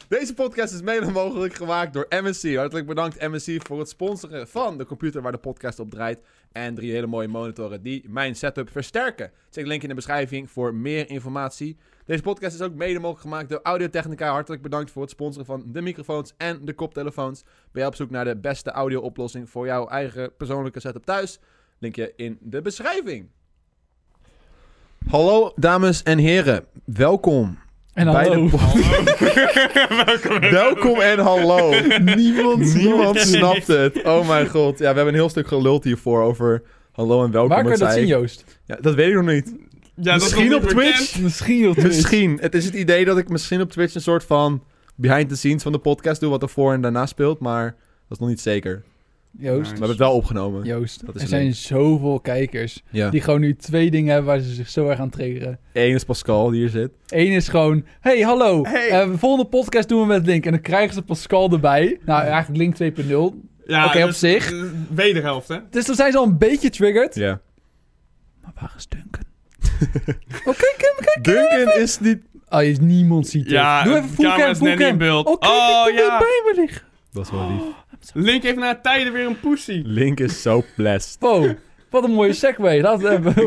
Deze podcast is mede mogelijk gemaakt door MSC. Hartelijk bedankt MSC voor het sponsoren van de computer waar de podcast op draait. En 3 hele mooie monitoren die mijn setup versterken. Check de link in de beschrijving voor meer informatie. Deze podcast is ook mede mogelijk gemaakt door Audio-Technica. Hartelijk bedankt voor het sponsoren van de microfoons en de koptelefoons. Ben je op zoek naar de beste audio-oplossing voor jouw eigen persoonlijke setup thuis? Linkje in de beschrijving. Hallo dames en heren, welkom. En hallo. Welkom en hallo. Niemand snapt het. Oh mijn god. Ja, we hebben een heel stuk geluld hiervoor over hallo en welkom. Waar kan je dat zien, Joost? Ja, dat weet ik nog niet. Ja, misschien op Twitch. Misschien. Het is het idee dat ik misschien op Twitch een soort van behind the scenes van de podcast doe, wat er voor en daarna speelt, maar dat is nog niet zeker. Joost. We hebben het wel opgenomen. Joost, dat is er zijn zoveel kijkers die gewoon nu 2 dingen hebben waar ze zich zo erg aan triggeren. Eén is Pascal, die hier zit. Eén is gewoon, hey, hallo, de volgende podcast doen we met Link. En dan krijgen ze Pascal erbij. Nou, eigenlijk Link 2.0. Ja, Oké, op zich. Wederhelft, hè? Dus dan zijn ze al een beetje triggered. Ja. Maar waar is Duncan? Kijk. Duncan is niet... Oh, niemand ziet het. Ja, doe even fullcam. in beeld. Oh, ja. Bij me liggen. Dat is wel lief. Link heeft na tijden weer een pussy. Link is zo blessed. Wow, wat een mooie segue. Laten we het hebben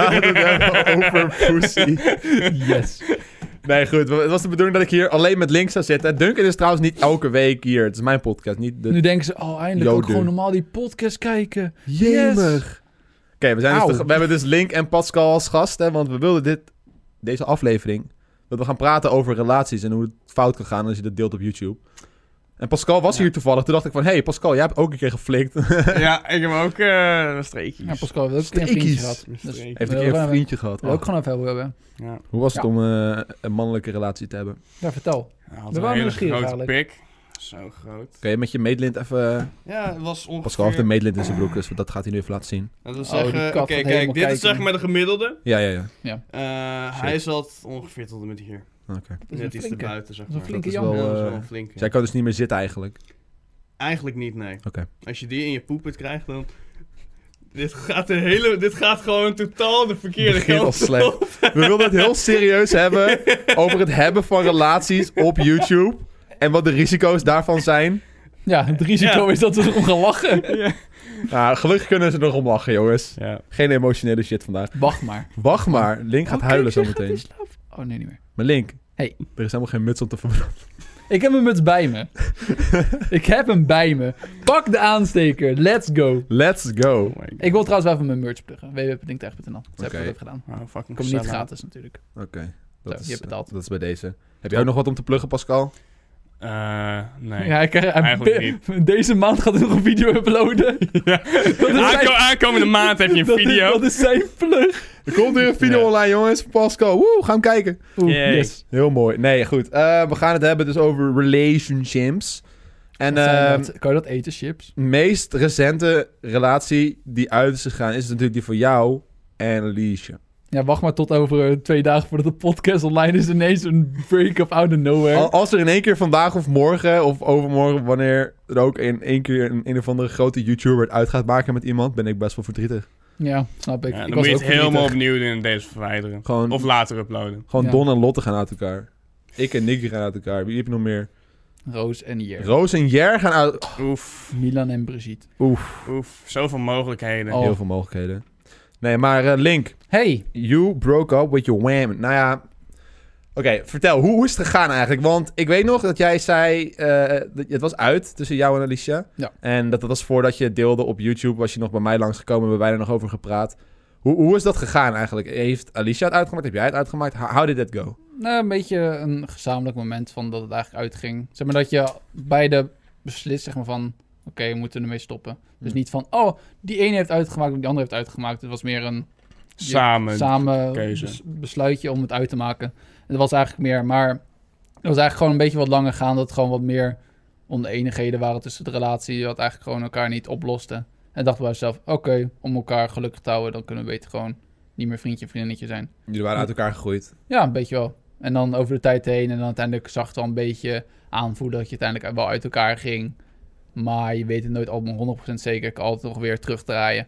over pussy. Yes. Nee, goed. Het was de bedoeling dat ik hier alleen met Link zou zitten. Duncan is trouwens niet elke week hier. Het is mijn podcast, niet de... Nu denken ze, eindelijk ook gewoon normaal die podcast kijken. Jemig. Oké, we hebben dus Link en Pascal als gasten, want we wilden deze aflevering, dat we gaan praten over relaties en hoe het fout kan gaan als je dat deelt op YouTube. En Pascal was hier toevallig. Toen dacht ik van, hey Pascal, jij hebt ook een keer geflikt. Ja, ik heb ook streekjes. Ja, Pascal heeft ook een vriendje gehad. Dus heeft een keer een vriendje gehad. Wil ook gewoon even hebben. Ja. Hoe was het om een mannelijke relatie te hebben? Ja, vertel. We waren een hele grote pik. Zo groot. Kun je met je meetlint even... Ja, het was ongeveer... Pascal heeft een meetlint in zijn broek, dus dat gaat hij nu even laten zien. Dat wil zeggen... Kijk, dit is zeg maar de gemiddelde. Ja. Hij zat ongeveer tot en met hier. Oké. Net iets erbuiten, zeg maar. Dat is een flinke jan. Dat is wel een flinke. Jij kan dus niet meer zitten eigenlijk? Eigenlijk niet, nee. Oké. Als je die in je poepet krijgt, dan... Dit gaat gewoon totaal de verkeerde kant op. We wilden het heel serieus hebben over het hebben van relaties op YouTube. En wat de risico's daarvan zijn. Ja, het risico is dat we erom gaan lachen. Ja. Nou, gelukkig kunnen ze er nog om lachen, jongens. Ja. Geen emotionele shit vandaag. Wacht maar. Link gaat huilen zometeen. Oh, nee, niet meer. Maar Link, hey. Er is helemaal geen muts om te verbranden. Ik heb een muts bij me. Ik heb hem bij me. Pak de aansteker. Let's go. Let's go. Oh, ik wil trouwens wel even mijn merch pluggen. www.linktech.nl. Dat heb ik ook gedaan. Fucking komt niet gratis natuurlijk. Oké. Je hebt betaald. Dat is bij deze. Heb jij ook nog wat om te pluggen, Pascal? Nee. Ja, eigenlijk niet. Deze maand gaat hij nog een video uploaden. Ja. Aankomende maand heb je een video. Dat is zijn plug. Er komt weer een video online, jongens. Pascal. Woe, ga hem kijken. Yes. Heel mooi. Nee, goed. We gaan het hebben dus over relationships. En kan je dat eten, chips? De meest recente relatie die uit is gegaan is natuurlijk die voor jou en Alicia. Ja, wacht maar tot over 2 dagen voordat de podcast online is. Ineens een break-up out of nowhere. Als er in één keer vandaag of morgen of overmorgen, wanneer er ook in één keer een of andere grote YouTuber het uit gaat maken met iemand, ben ik best wel verdrietig. Ja, snap ik. Ja, ik dan moet je het helemaal opnieuw doen en deze verwijderen. Gewoon, of later uploaden. Gewoon Don en Lotte gaan uit elkaar. Ik en Nicky gaan uit elkaar. Wie heb je nog meer? Roos en Jer. Roos en Jer gaan uit... Oef. Milan en Brigitte. Oef. Zoveel mogelijkheden. Heel veel mogelijkheden. Nee, maar Link. Hey. You broke up with your wham. Nou ja... Oké, vertel. Hoe is het gegaan eigenlijk? Want ik weet nog dat jij zei... het was uit tussen jou en Alicia. Ja. En dat was voordat je het deelde op YouTube. Was je nog bij mij langsgekomen. Hebben wij er nog over gepraat. Hoe is dat gegaan eigenlijk? Heeft Alicia het uitgemaakt? Heb jij het uitgemaakt? How did that go? Nou, een beetje een gezamenlijk moment van dat het eigenlijk uitging. Zeg maar dat je beide beslist, zeg maar van... Oké, we moeten ermee stoppen. Dus niet van, die ene heeft uitgemaakt, die andere heeft uitgemaakt. Het was meer een samen keuze. Besluitje om het uit te maken. Het was eigenlijk meer, maar het was eigenlijk gewoon een beetje wat langer gaan. Dat het gewoon wat meer oneenigheden waren tussen de relatie. Wat eigenlijk gewoon elkaar niet oploste. En dachten bij onszelf, oké, om elkaar gelukkig te houden, dan kunnen we beter gewoon niet meer vriendje, vriendinnetje zijn. Jullie waren uit elkaar gegroeid? Ja, een beetje wel. En dan over de tijd heen en dan uiteindelijk zag het wel een beetje aanvoelen dat je uiteindelijk wel uit elkaar ging. Maar je weet het nooit allemaal 100% zeker. Ik kan altijd nog weer terugdraaien.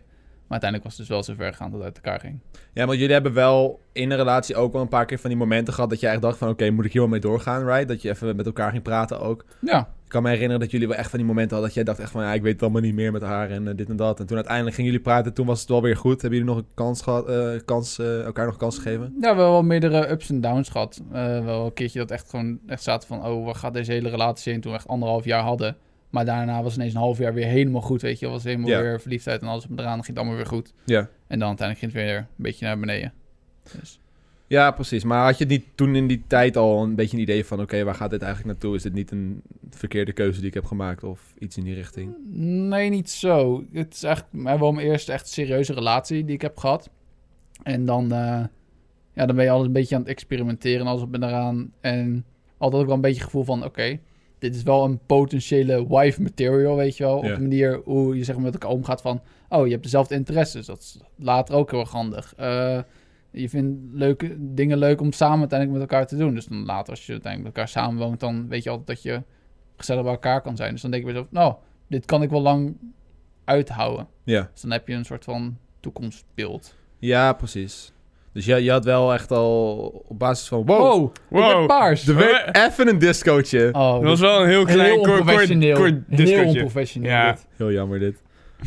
Maar uiteindelijk was het dus wel zo ver gegaan dat het uit elkaar ging. Ja, want jullie hebben wel in een relatie ook wel een paar keer van die momenten gehad dat je echt dacht van oké, moet ik hier wel mee doorgaan, right? Dat je even met elkaar ging praten ook. Ja. Ik kan me herinneren dat jullie wel echt van die momenten hadden dat jij dacht echt van ja, ik weet het allemaal niet meer met haar en dit en dat. En toen uiteindelijk gingen jullie praten, toen was het wel weer goed. Hebben jullie nog een kans gehad, elkaar nog een kans gegeven? Ja, we hebben wel meerdere ups en downs gehad. Wel een keertje dat echt gewoon echt zaten van, oh, waar gaat deze hele relatie heen? Toen we echt 1,5 jaar hadden. Maar daarna was ineens een half jaar weer helemaal goed, weet je. Was helemaal weer verliefdheid en alles op eraan. Ging het allemaal weer goed. Ja. En dan uiteindelijk ging het weer een beetje naar beneden. Dus. Ja, precies. Maar had je niet toen in die tijd al een beetje een idee van oké, waar gaat dit eigenlijk naartoe? Is dit niet een verkeerde keuze die ik heb gemaakt of iets in die richting? Nee, niet zo. Het is eigenlijk wel mijn eerste echt serieuze relatie die ik heb gehad. En dan, dan ben je altijd een beetje aan het experimenteren en alles op en eraan. En altijd ook wel een beetje het gevoel van oké, dit is wel een potentiële wife material, weet je wel. Op de manier hoe je zeg maar met elkaar omgaat van, oh, je hebt dezelfde interesses. Dat is later ook heel erg handig. Je vindt leuke dingen leuk om samen uiteindelijk met elkaar te doen. Dus dan later, als je uiteindelijk met elkaar samenwoont, dan weet je altijd dat je gezellig bij elkaar kan zijn. Dus dan denk je weer zo, nou, dit kan ik wel lang uithouden. Ja. Dus dan heb je een soort van toekomstbeeld. Ja, precies. Dus je had wel echt al op basis van wow. Ik ben paars. Er werd even een discootje. Oh, Dat was wel een heel klein, heel onprofessioneel. kort discootje. Heel onprofessioneel. Ja. Dit. Heel jammer dit.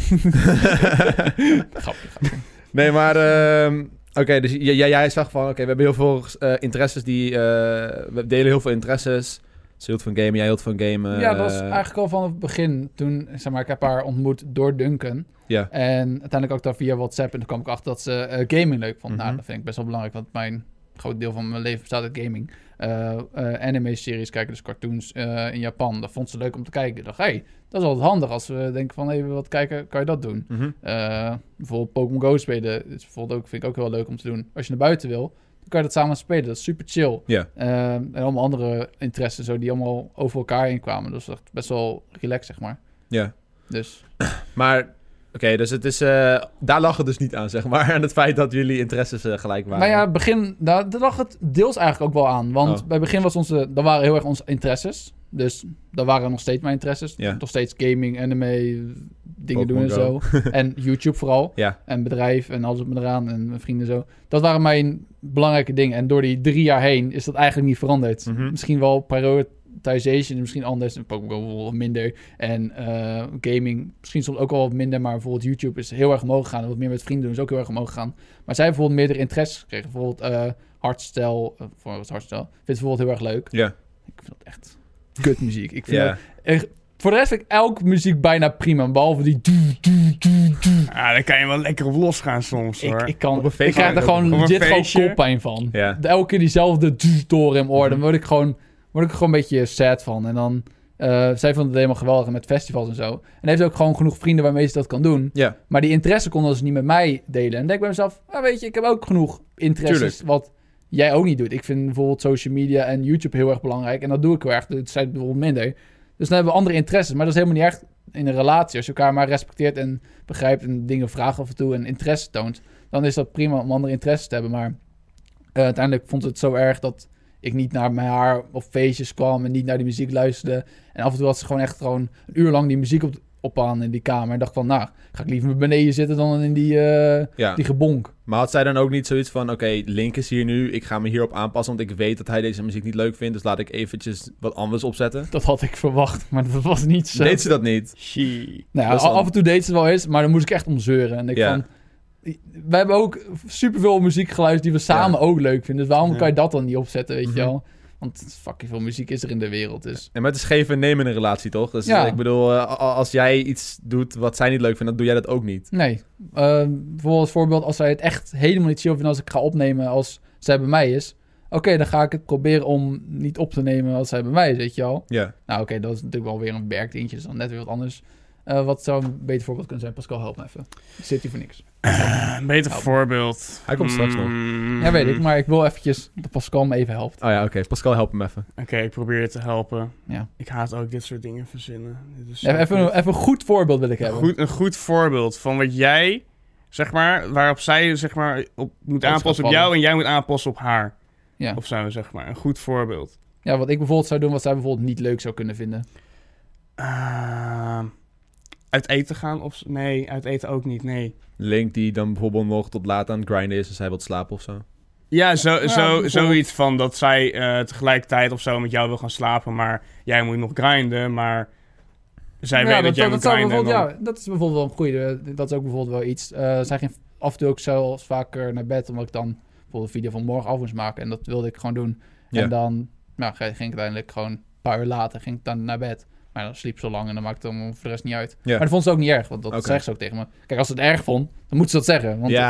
Grapje. Nee, maar oké, dus jij zag van oké, we hebben heel veel interesses we delen heel veel interesses. Ze hield van gamen, jij hield van gamen. Ja, dat was eigenlijk al van het begin. Toen, zeg maar, ik heb haar ontmoet door Duncan. Ja. En uiteindelijk ook daar via WhatsApp. En toen kwam ik achter dat ze gaming leuk vond. Mhm. Nou, dat vind ik best wel belangrijk, want mijn groot deel van mijn leven bestaat uit gaming. Anime-series kijken, dus cartoons in Japan. Dat vond ze leuk om te kijken. Ik dacht, hey, dat is altijd handig als we denken van even wat kijken, kan je dat doen. Mhm. Bijvoorbeeld Pokémon Go spelen. Dat is bijvoorbeeld ook, vind ik ook heel leuk om te doen. Als je naar buiten wil, dan kan je dat samen spelen. Dat is super chill. Ja. En allemaal andere interesses zo, die allemaal over elkaar heen kwamen. Dus dat is best wel relaxed, zeg maar. Ja. Dus. Maar oké, dus het is daar lag het dus niet aan, zeg maar. En het feit dat jullie interesses gelijk waren. Nou ja, het begin, daar lag het deels eigenlijk ook wel aan. Want bij het begin dat waren heel erg onze interesses. Dus dat waren nog steeds mijn interesses. Ja. Nog steeds gaming, anime, dingen doen en Pokémon zo. En YouTube vooral. Ja. En bedrijf en alles op me eraan en mijn vrienden zo. Dat waren mijn belangrijke dingen. En door die 3 jaar heen is dat eigenlijk niet veranderd. Mhm. Misschien wel prioritization, misschien anders. En Pokémon wel wat minder. En gaming misschien soms ook wel wat minder. Maar bijvoorbeeld YouTube is heel erg omhoog gegaan. En wat meer met vrienden doen is ook heel erg omhoog gegaan. Maar zij hebben bijvoorbeeld meerdere interesses gekregen. Bijvoorbeeld hardstyle. Wat hardstyle? Vindt ze bijvoorbeeld heel erg leuk. Ja. Ik vind dat echt kutmuziek. Ik vind dat, voor de rest vind ik elke muziek bijna prima. Behalve die... Ja, daar kan je wel lekker op losgaan soms, hoor. Ik Op een feestje krijg er gewoon op een legit gewoon feestje. koppijn van. Ja. Elke keer diezelfde toren in mijn oor. Dan word ik gewoon een beetje sad van. En dan... zij vond het helemaal geweldig met festivals en zo. En heeft ook gewoon genoeg vrienden waarmee ze dat kan doen. Ja. Maar die interesse konden ze niet met mij delen. En dan denk ik bij mezelf... weet je, ik heb ook genoeg interesses. Tuurlijk. Wat jij ook niet doet. Ik vind bijvoorbeeld social media en YouTube heel erg belangrijk. En dat doe ik heel erg. Dat zijn bijvoorbeeld minder. Dus dan hebben we andere interesses. Maar dat is helemaal niet echt in een relatie. Als je elkaar maar respecteert en begrijpt en dingen vraagt af en toe en interesse toont, dan is dat prima om andere interesses te hebben. Maar uiteindelijk vond ze het zo erg dat ik niet naar haar op feestjes kwam en niet naar die muziek luisterde. En af en toe had ze gewoon echt een uur lang die muziek op aan in die kamer. En dacht van, nou, ga ik liever beneden zitten dan in die gebonk. Maar had zij dan ook niet zoiets van, oké, Link is hier nu, ik ga me hierop aanpassen, want ik weet dat hij deze muziek niet leuk vindt, dus laat ik eventjes wat anders opzetten? Dat had ik verwacht, maar dat was niet zo. Deed ze dat niet? Nou ja, af en toe deed ze het wel eens, maar dan moest ik echt om zeuren. En ik van... We hebben ook superveel muziek geluisterd die we samen ook leuk vinden. Dus waarom kan je dat dan niet opzetten, weet je wel? Want fucking veel muziek is er in de wereld, dus... En met het geven en nemen in een relatie, toch? Dus ik bedoel, als jij iets doet wat zij niet leuk vindt, dan doe jij dat ook niet. Nee. Bijvoorbeeld voorbeeld, als zij het echt helemaal niet chill vinden als ik ga opnemen als zij bij mij is. Oké, dan ga ik het proberen om niet op te nemen als zij bij mij is, weet je wel? Ja. Nou oké, dat is natuurlijk wel weer een werkdingetje, dus dan net weer wat anders. Wat zou een beter voorbeeld kunnen zijn? Pascal, help me even. Ik zit hier voor niks. Een beter voorbeeld. Hij komt straks nog. Ja, weet ik, maar ik wil eventjes dat Pascal me even helpt. Oh ja, oké. Pascal, help hem even. Oké, ik probeer je te helpen. Ja. Ik haat ook dit soort dingen verzinnen. Dit is Even een goed voorbeeld wil ik hebben. Een goed voorbeeld van wat jij, zeg maar, waarop zij, zeg maar, op moet aanpassen op jou en jij moet aanpassen op haar. Ja. Of zo, zeg maar. Een goed voorbeeld. Ja, wat ik bijvoorbeeld zou doen, wat zij bijvoorbeeld niet leuk zou kunnen vinden. uit eten gaan of... Nee, uit eten ook niet, nee. Link die dan bijvoorbeeld nog tot laat aan het grinden is... en zij wilt slapen of zo. Ja, zoiets van dat zij tegelijkertijd of zo met jou wil gaan slapen... maar jij moet nog grinden, maar... Zij weet dat jij moet grinden. Ja, dat is bijvoorbeeld wel een goede. Dat is ook bijvoorbeeld wel iets. Zij ging af en toe ook zelfs vaker naar bed... omdat ik dan bijvoorbeeld een video van morgen af moest maken... en dat wilde ik gewoon doen. Ja. En dan ging ik uiteindelijk gewoon... een paar uur later ging ik dan naar bed... Maar dan sliep zo lang en dan maakte het voor de rest niet uit. Ja. Maar dat vond ze ook niet erg, want dat zegt ze ook tegen me. Kijk, als ze het erg vond, dan moet ze dat zeggen. Want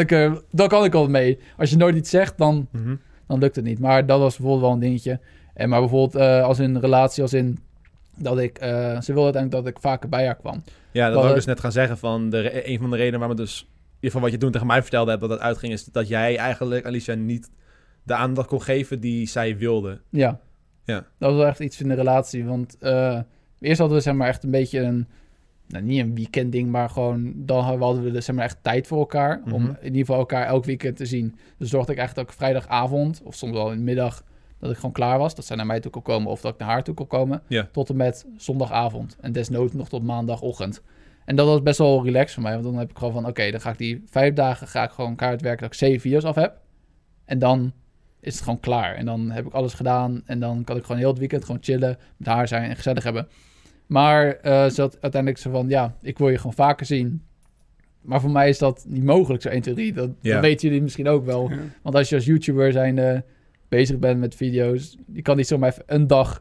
dan kan ik al mee. Als je nooit iets zegt, dan lukt het niet. Maar dat was bijvoorbeeld wel een dingetje. Maar bijvoorbeeld als in een relatie, als in dat ik... ze wilde uiteindelijk dat ik vaker bij haar kwam. Ja, dat wil ik dus net gaan zeggen. Van een van de redenen waarom dus... in ieder geval wat je toen tegen mij vertelde hebt, dat het uitging... is dat jij eigenlijk, Alicia, niet de aandacht kon geven die zij wilde. Ja. Dat was wel echt iets in de relatie, want... eerst hadden we zeg maar echt een beetje een... Nou, niet een weekend ding, maar gewoon... Dan hadden we dus, zeg maar echt tijd voor elkaar. Om in ieder geval elkaar elk weekend te zien. Dus zorgde ik eigenlijk dat ik vrijdagavond... of soms wel in de middag... dat ik gewoon klaar was. Dat zij naar mij toe kon komen of dat ik naar haar toe kon komen. Ja. Tot en met zondagavond. En desnoods nog tot maandagochtend. En dat was best wel relaxed voor mij. Want dan heb ik gewoon van... Oké, dan ga ik die 5 dagen gewoon kaart werken... dat ik 7 video's af heb. En dan... is het gewoon klaar. En dan heb ik alles gedaan. En dan kan ik gewoon heel het weekend gewoon chillen. Met haar zijn en gezellig hebben. Maar ze had uiteindelijk zo van... Ja, ik wil je gewoon vaker zien. Maar voor mij is dat niet mogelijk, zo 1, 2, 3. Dat weten jullie misschien ook wel. Ja. Want als je als YouTuber zijn bezig bent met video's... je kan niet zomaar even een dag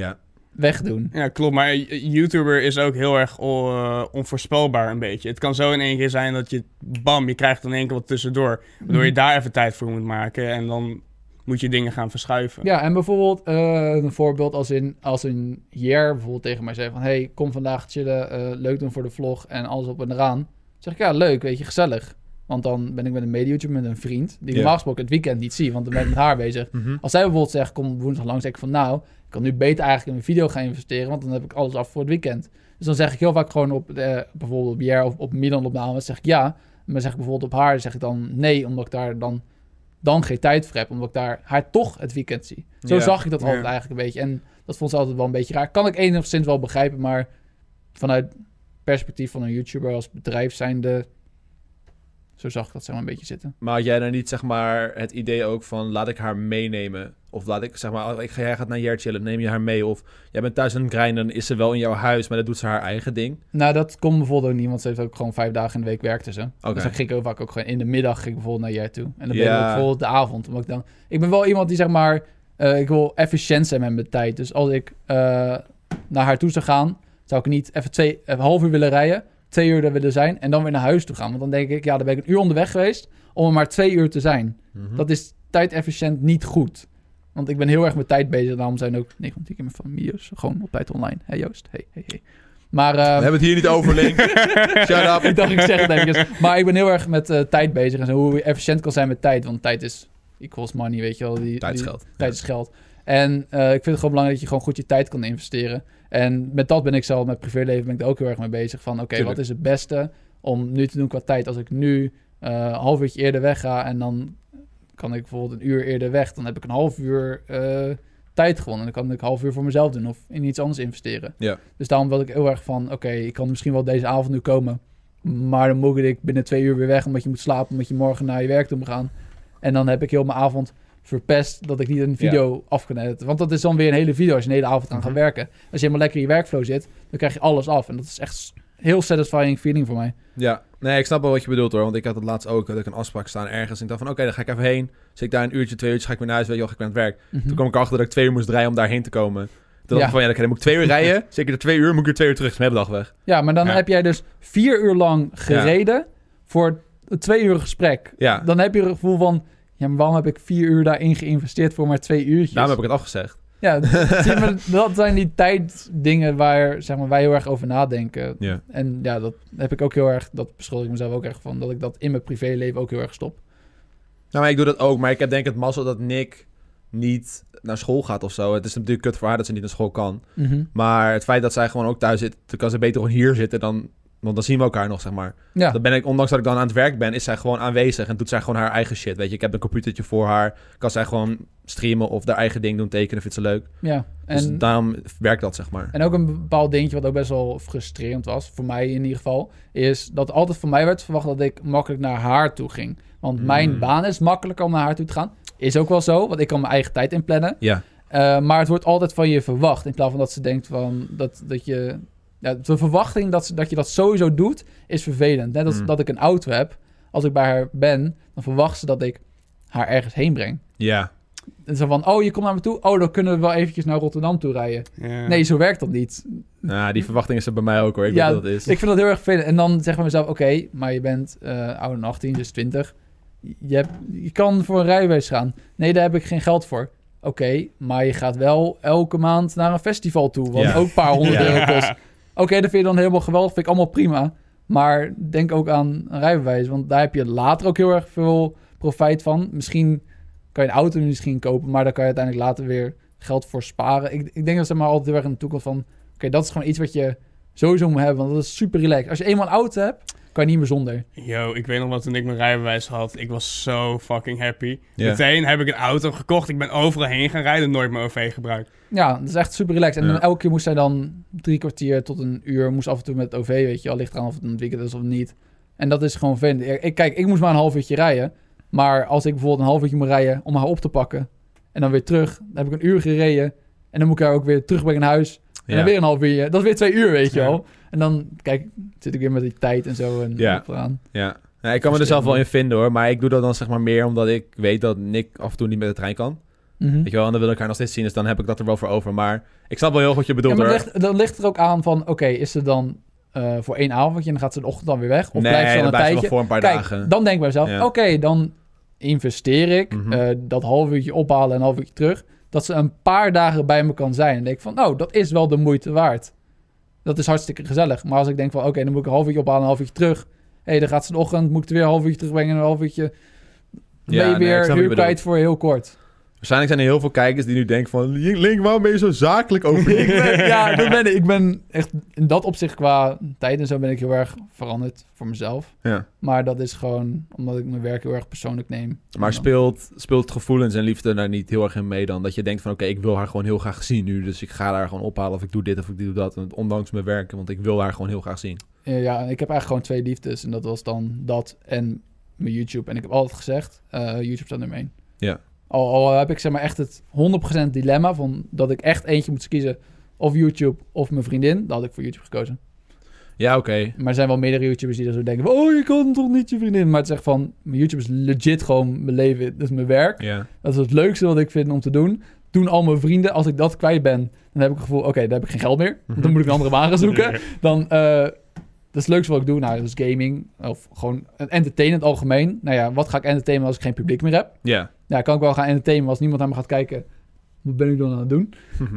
wegdoen. Ja, klopt. Maar YouTuber is ook heel erg onvoorspelbaar een beetje. Het kan zo in één keer zijn dat je... Bam, je krijgt dan in één keer wat tussendoor. Waardoor je daar even tijd voor moet maken. En dan... moet je dingen gaan verschuiven. Ja, en bijvoorbeeld een voorbeeld als een Jer bijvoorbeeld tegen mij zei van... hey, kom vandaag chillen, leuk doen voor de vlog en alles op en eraan. Dan zeg ik, ja, leuk, weet je, gezellig. Want dan ben ik met een mede-YouTuber, met een vriend... die normaal gesproken het weekend niet zie, want dan ben ik met haar bezig. Als zij bijvoorbeeld zegt, kom woensdag langs, zeg ik van... nou, ik kan nu beter eigenlijk in mijn video gaan investeren... want dan heb ik alles af voor het weekend. Dus dan zeg ik heel vaak gewoon op bijvoorbeeld op Jer of op Milan-opname... zeg ik ja, maar zeg ik bijvoorbeeld op haar, zeg ik dan nee... omdat ik daar dan geen tijd voor heb, omdat ik daar haar toch het weekend zie. Zo zag ik dat altijd eigenlijk een beetje. En dat vond ze altijd wel een beetje raar. Kan ik enigszins wel begrijpen, maar vanuit perspectief van een YouTuber als bedrijf zijnde... zo zag ik dat zeg maar een beetje zitten. Maar had jij dan niet zeg maar het idee ook van... laat ik haar meenemen? Of laat ik zeg maar... jij gaat naar Jer chillen, neem je haar mee? Of jij bent thuis aan het grinden, dan is ze wel in jouw huis... maar dan doet ze haar eigen ding? Nou, dat kon bijvoorbeeld ook niet... want ze heeft ook gewoon 5 dagen in de week werkte ze. Okay. Dus dan ging ik ook vaak ook gewoon in de middag... ging ik bijvoorbeeld naar Jer toe. En dan ben ik ook bijvoorbeeld de avond. Omdat ik ben wel iemand die zeg maar... ik wil efficiënt zijn met mijn tijd. Dus als ik naar haar toe zou gaan... zou ik niet even een half uur willen rijden... 2 uur er willen zijn en dan weer naar huis toe gaan. Want dan denk ik, ja, dan ben ik 1 uur onderweg geweest... om er maar 2 uur te zijn. Dat is tijdefficiënt niet goed. Want ik ben heel erg met tijd bezig. Daarom zijn ook 9 van 10 keer mijn families gewoon op tijd online. Hey Joost, hey. Maar, we hebben het hier niet over, Link. Shut up. Ik dacht, ik zeg het even. Maar ik ben heel erg met tijd bezig. En zo hoe je efficiënt kan zijn met tijd. Want tijd is equals money, weet je wel. Tijd is geld. Tijd is geld. En ik vind het gewoon belangrijk dat je gewoon goed je tijd kan investeren. En met dat ben ik zelf, met privéleven ben ik er ook heel erg mee bezig. Van oké, wat is het beste om nu te doen qua tijd? Als ik nu een half uurtje eerder wegga en dan kan ik bijvoorbeeld 1 uur eerder weg. Dan heb ik een half uur tijd gewonnen. En dan kan ik een half uur voor mezelf doen of in iets anders investeren. Ja. Dus daarom wil ik heel erg van, oké, ik kan misschien wel deze avond nu komen. Maar dan moet ik binnen 2 uur weer weg omdat je moet slapen. Omdat je morgen naar je werk toe moet gaan. En dan heb ik heel mijn avond verpest dat ik niet een video af kan editen. Want dat is dan weer een hele video als je een hele avond aan gaat werken. Als je helemaal lekker in je workflow zit, dan krijg je alles af. En dat is echt heel satisfying feeling voor mij. Ja, nee, ik snap wel wat je bedoelt hoor. Want ik had het laatst ook, dat ik een afspraak staan ergens. En ik dacht van, oké, dan ga ik even heen. Zit ik daar 1 uurtje, 2 uurtjes, ga ik weer naar huis, weet je wel, ga ik weer aan het werk. Toen kwam ik erachter dat ik 2 uur moest rijden om daarheen te komen. Toen dacht ik van, dan moet ik 2 uur rijden. Zeker de 2 uur, moet ik er 2 uur terug. Is mijn hele dag weg. Ja, maar dan heb jij dus 4 uur lang gereden voor een 2 uur gesprek. Ja. Dan heb je het gevoel van, ja, maar waarom heb ik 4 uur daarin geïnvesteerd voor maar 2 uurtjes? Daarom heb ik het afgezegd. Ja, dat zijn die tijddingen waar, zeg maar, wij heel erg over nadenken. Yeah. En ja, dat heb ik ook heel erg, dat beschuldig ik mezelf ook echt van, dat ik dat in mijn privéleven ook heel erg stop. Nou, maar ik doe dat ook, maar ik heb denk het mazzel dat Nick niet naar school gaat of zo. Het is natuurlijk kut voor haar dat ze niet naar school kan. Maar het feit dat zij gewoon ook thuis zit, dan kan ze beter gewoon hier zitten dan... Want dan zien we elkaar nog, zeg maar. Ja. Dan ben ik, ondanks dat ik dan aan het werk ben, is zij gewoon aanwezig en doet zij gewoon haar eigen shit, weet je. Ik heb een computertje voor haar, kan zij gewoon streamen of haar eigen ding doen, tekenen, vindt ze leuk. Ja, Dus en, daarom werkt dat, zeg maar. en ook een bepaald dingetje wat ook best wel frustrerend was, voor mij in ieder geval, is dat altijd van mij werd verwacht dat ik makkelijk naar haar toe ging. Want mijn baan is makkelijker om naar haar toe te gaan. Is ook wel zo, want ik kan mijn eigen tijd inplannen. Ja, Maar het wordt altijd van je verwacht. In plaats van dat ze denkt van dat je. Ja, de verwachting dat je dat sowieso doet, is vervelend. Net als dat ik een auto heb. Als ik bij haar ben, dan verwacht ze dat ik haar ergens heen breng. ja. En zo van, oh, je komt naar me toe. Oh, dan kunnen we wel eventjes naar Rotterdam toe rijden. Ja. Nee, zo werkt dat niet. Nou, die verwachting is er bij mij ook hoor. Ik weet wat dat is. Ik vind dat heel erg vervelend. En dan zeg ik mezelf, oké, maar je bent ouder dan 18, dus 20. Je kan voor een rijbewijs gaan. Nee, daar heb ik geen geld voor. Oké, maar je gaat wel elke maand naar een festival toe, wat ook een paar honderd euro kost. Oké, dat vind je dan helemaal geweldig, vind ik allemaal prima. Maar denk ook aan een rijbewijs, want daar heb je later ook heel erg veel profijt van. Misschien kan je een auto misschien kopen, maar daar kan je uiteindelijk later weer geld voor sparen. Ik denk dat ze maar altijd heel erg in de toekomst van, oké, dat is gewoon iets wat je sowieso moet hebben, want dat is super relaxed. Als je eenmaal een auto hebt, kan je niet meer zonder. Yo, ik weet nog wat toen ik mijn rijbewijs had. Ik was zo fucking happy. Ja. Meteen heb ik een auto gekocht. Ik ben overal heen gaan rijden. Nooit mijn OV gebruikt. Ja, dat is echt super relaxed. En Ja. dan elke keer moest zij dan 3 kwartier tot een uur, moest af en toe met het OV, weet je wel, ligt eraan of het een weekend is of niet. En dat is gewoon fijn. Ik moest maar een half uurtje rijden. Maar als ik bijvoorbeeld een half uurtje moet rijden om haar op te pakken en dan weer terug, dan heb ik een uur gereden en dan moet ik haar ook weer terugbrengen naar huis. En dan weer een half uur. Dat is weer 2 uur, weet je wel. En dan, kijk, zit ik weer met die tijd en zo en eraan. Ja. Ja, ik kan me er zelf wel in vinden hoor. Maar ik doe dat dan zeg maar meer omdat ik weet dat Nick af en toe niet met de trein kan. Mhm. Weet je wel, en dan wil ik haar nog steeds zien. Dus dan heb ik dat er wel voor over. Maar ik snap wel heel goed wat je bedoelt Ja, maar hoor. dan ligt er ook aan van, oké, is ze dan voor 1 avondje en dan gaat ze de ochtend dan weer weg? Of blijft ze dan een blijft ze tijdje? wel voor een paar Kijk, dagen. dan denk ik bij mezelf, Ja. oké, dan investeer ik Mhm. dat half uurtje ophalen en een half uurtje terug. Dat ze een paar dagen bij me kan zijn. En denk ik van, oh, dat is wel de moeite waard. Dat is hartstikke gezellig. Maar als ik denk van, oké, dan moet ik een half uurtje ophalen en een half uurtje terug. Hé, dan gaat ze de ochtend, moet ik er weer een half uurtje terugbrengen en een half uurtje. Dan ben je ik weer snap wat je huur kwijt voor heel kort. Waarschijnlijk zijn er heel veel kijkers die nu denken van... Link, waarom ben je zo zakelijk over Ja, dat ben ik. Ik ben echt in dat opzicht qua tijd en zo ben ik heel erg veranderd voor mezelf. Ja. Maar dat is gewoon omdat ik mijn werk heel erg persoonlijk neem. Maar speelt gevoelens en liefde daar niet heel erg in mee dan? Dat je denkt van oké, ik wil haar gewoon heel graag zien nu. Dus ik ga haar gewoon ophalen of ik doe dit of ik doe dat. En ondanks mijn werken, want ik wil haar gewoon heel graag zien. Ja, ik heb eigenlijk gewoon 2 liefdes. En dat was dan dat en mijn YouTube. En ik heb altijd gezegd, YouTube staat nummer 1. Ja. Al heb ik zeg maar echt het 100% dilemma van dat ik echt eentje moet kiezen. Of YouTube of mijn vriendin. Dan had ik voor YouTube gekozen. Ja, oké. Maar er zijn wel meerdere YouTubers die dan zo denken van, oh, je kan toch niet je vriendin. Maar het zegt van, mijn YouTube is legit gewoon mijn leven. Dat is mijn werk. Ja. Dat is het leukste wat ik vind om te doen. Doen al mijn vrienden, als ik dat kwijt ben, dan heb ik het gevoel, oké, dan heb ik geen geld meer. Dan moet ik een andere baan gaan zoeken. Dan, dat is het leukste wat ik doe. Nou, dat is gaming. Of gewoon entertainen in het algemeen. Nou ja, wat ga ik entertainen als ik geen publiek meer heb? Ja. Ja, kan ik wel gaan entertainen, maar als niemand naar me gaat kijken, wat ben ik dan aan het doen?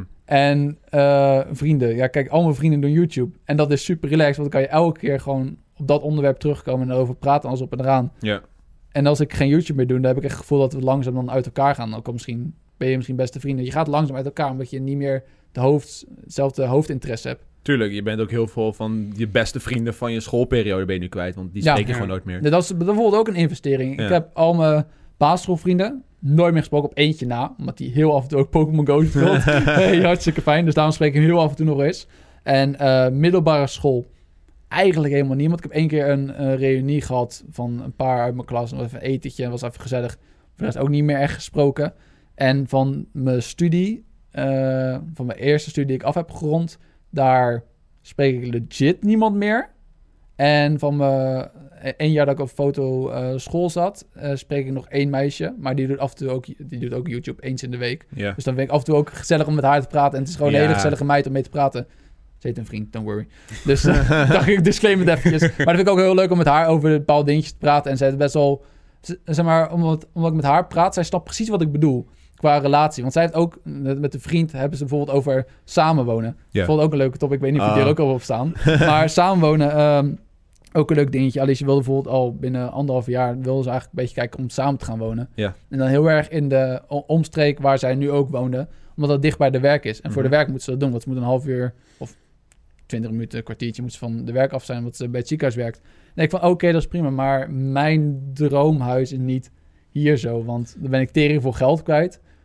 En vrienden. Ja, kijk, al mijn vrienden doen YouTube. En dat is super relaxed, want dan kan je elke keer gewoon op dat onderwerp terugkomen en erover praten als op en eraan. Ja. En als ik geen YouTube meer doe, dan heb ik echt het gevoel dat we langzaam dan uit elkaar gaan. Ook al ben je misschien beste vrienden. Je gaat langzaam uit elkaar, omdat je niet meer hetzelfde hoofdinteresse hebt. Tuurlijk, je bent ook heel veel van je beste vrienden van je schoolperiode ben je nu kwijt. Want die spreek je gewoon nooit meer. Dat is bijvoorbeeld ook een investering. Ja. Ik heb al mijn basisschoolvrienden nooit meer gesproken, op eentje na. Omdat die heel af en toe ook Pokémon Go speelt. Hey, hartstikke fijn. Dus daarom spreek ik hem heel af en toe nog eens. En middelbare school, eigenlijk helemaal niemand. Ik heb 1 keer een reunie gehad van een paar uit mijn klas. Nog even een etentje, en was even gezellig. Voor de rest ook niet meer echt gesproken. En van mijn studie, van mijn eerste studie die ik af heb gerond, daar spreek ik legit niemand meer. En van mijn 1 jaar dat ik op fotoschool zat, spreek ik nog 1 meisje. Maar die doet af en toe ook YouTube eens in de week. Ja. Dus dan vind ik af en toe ook gezellig om met haar te praten. En het is gewoon een Ja. hele gezellige meid om mee te praten. Ze heeft een vriend, don't worry. Dus dacht ik, disclaim het eventjes. Maar dat vind ik ook heel leuk om met haar over bepaalde dingetjes te praten. En zij is best wel, zeg maar, omdat ik met haar praat, zij snapt precies wat ik bedoel. Qua relatie. Want zij heeft ook, met een vriend hebben ze bijvoorbeeld over samenwonen. Ja. Vond ook een leuke top. Ik weet niet of die er ook al op staan. Maar samenwonen, ook een leuk dingetje. Alice wilde bijvoorbeeld al binnen 1,5 jaar, wilde ze eigenlijk een beetje kijken om samen te gaan wonen. Ja. En dan heel erg in de omstreek waar zij nu ook woonde. Omdat dat dicht bij de werk is. En voor de werk moet ze dat doen. Want ze moet een half uur of 20 minuten, een kwartiertje moet ze van de werk af zijn. Want ze bij het ziekenhuis werkt. En ik van oké, dat is prima. Maar mijn droomhuis is niet hier zo. Want dan ben ik tering veel geld kwijt.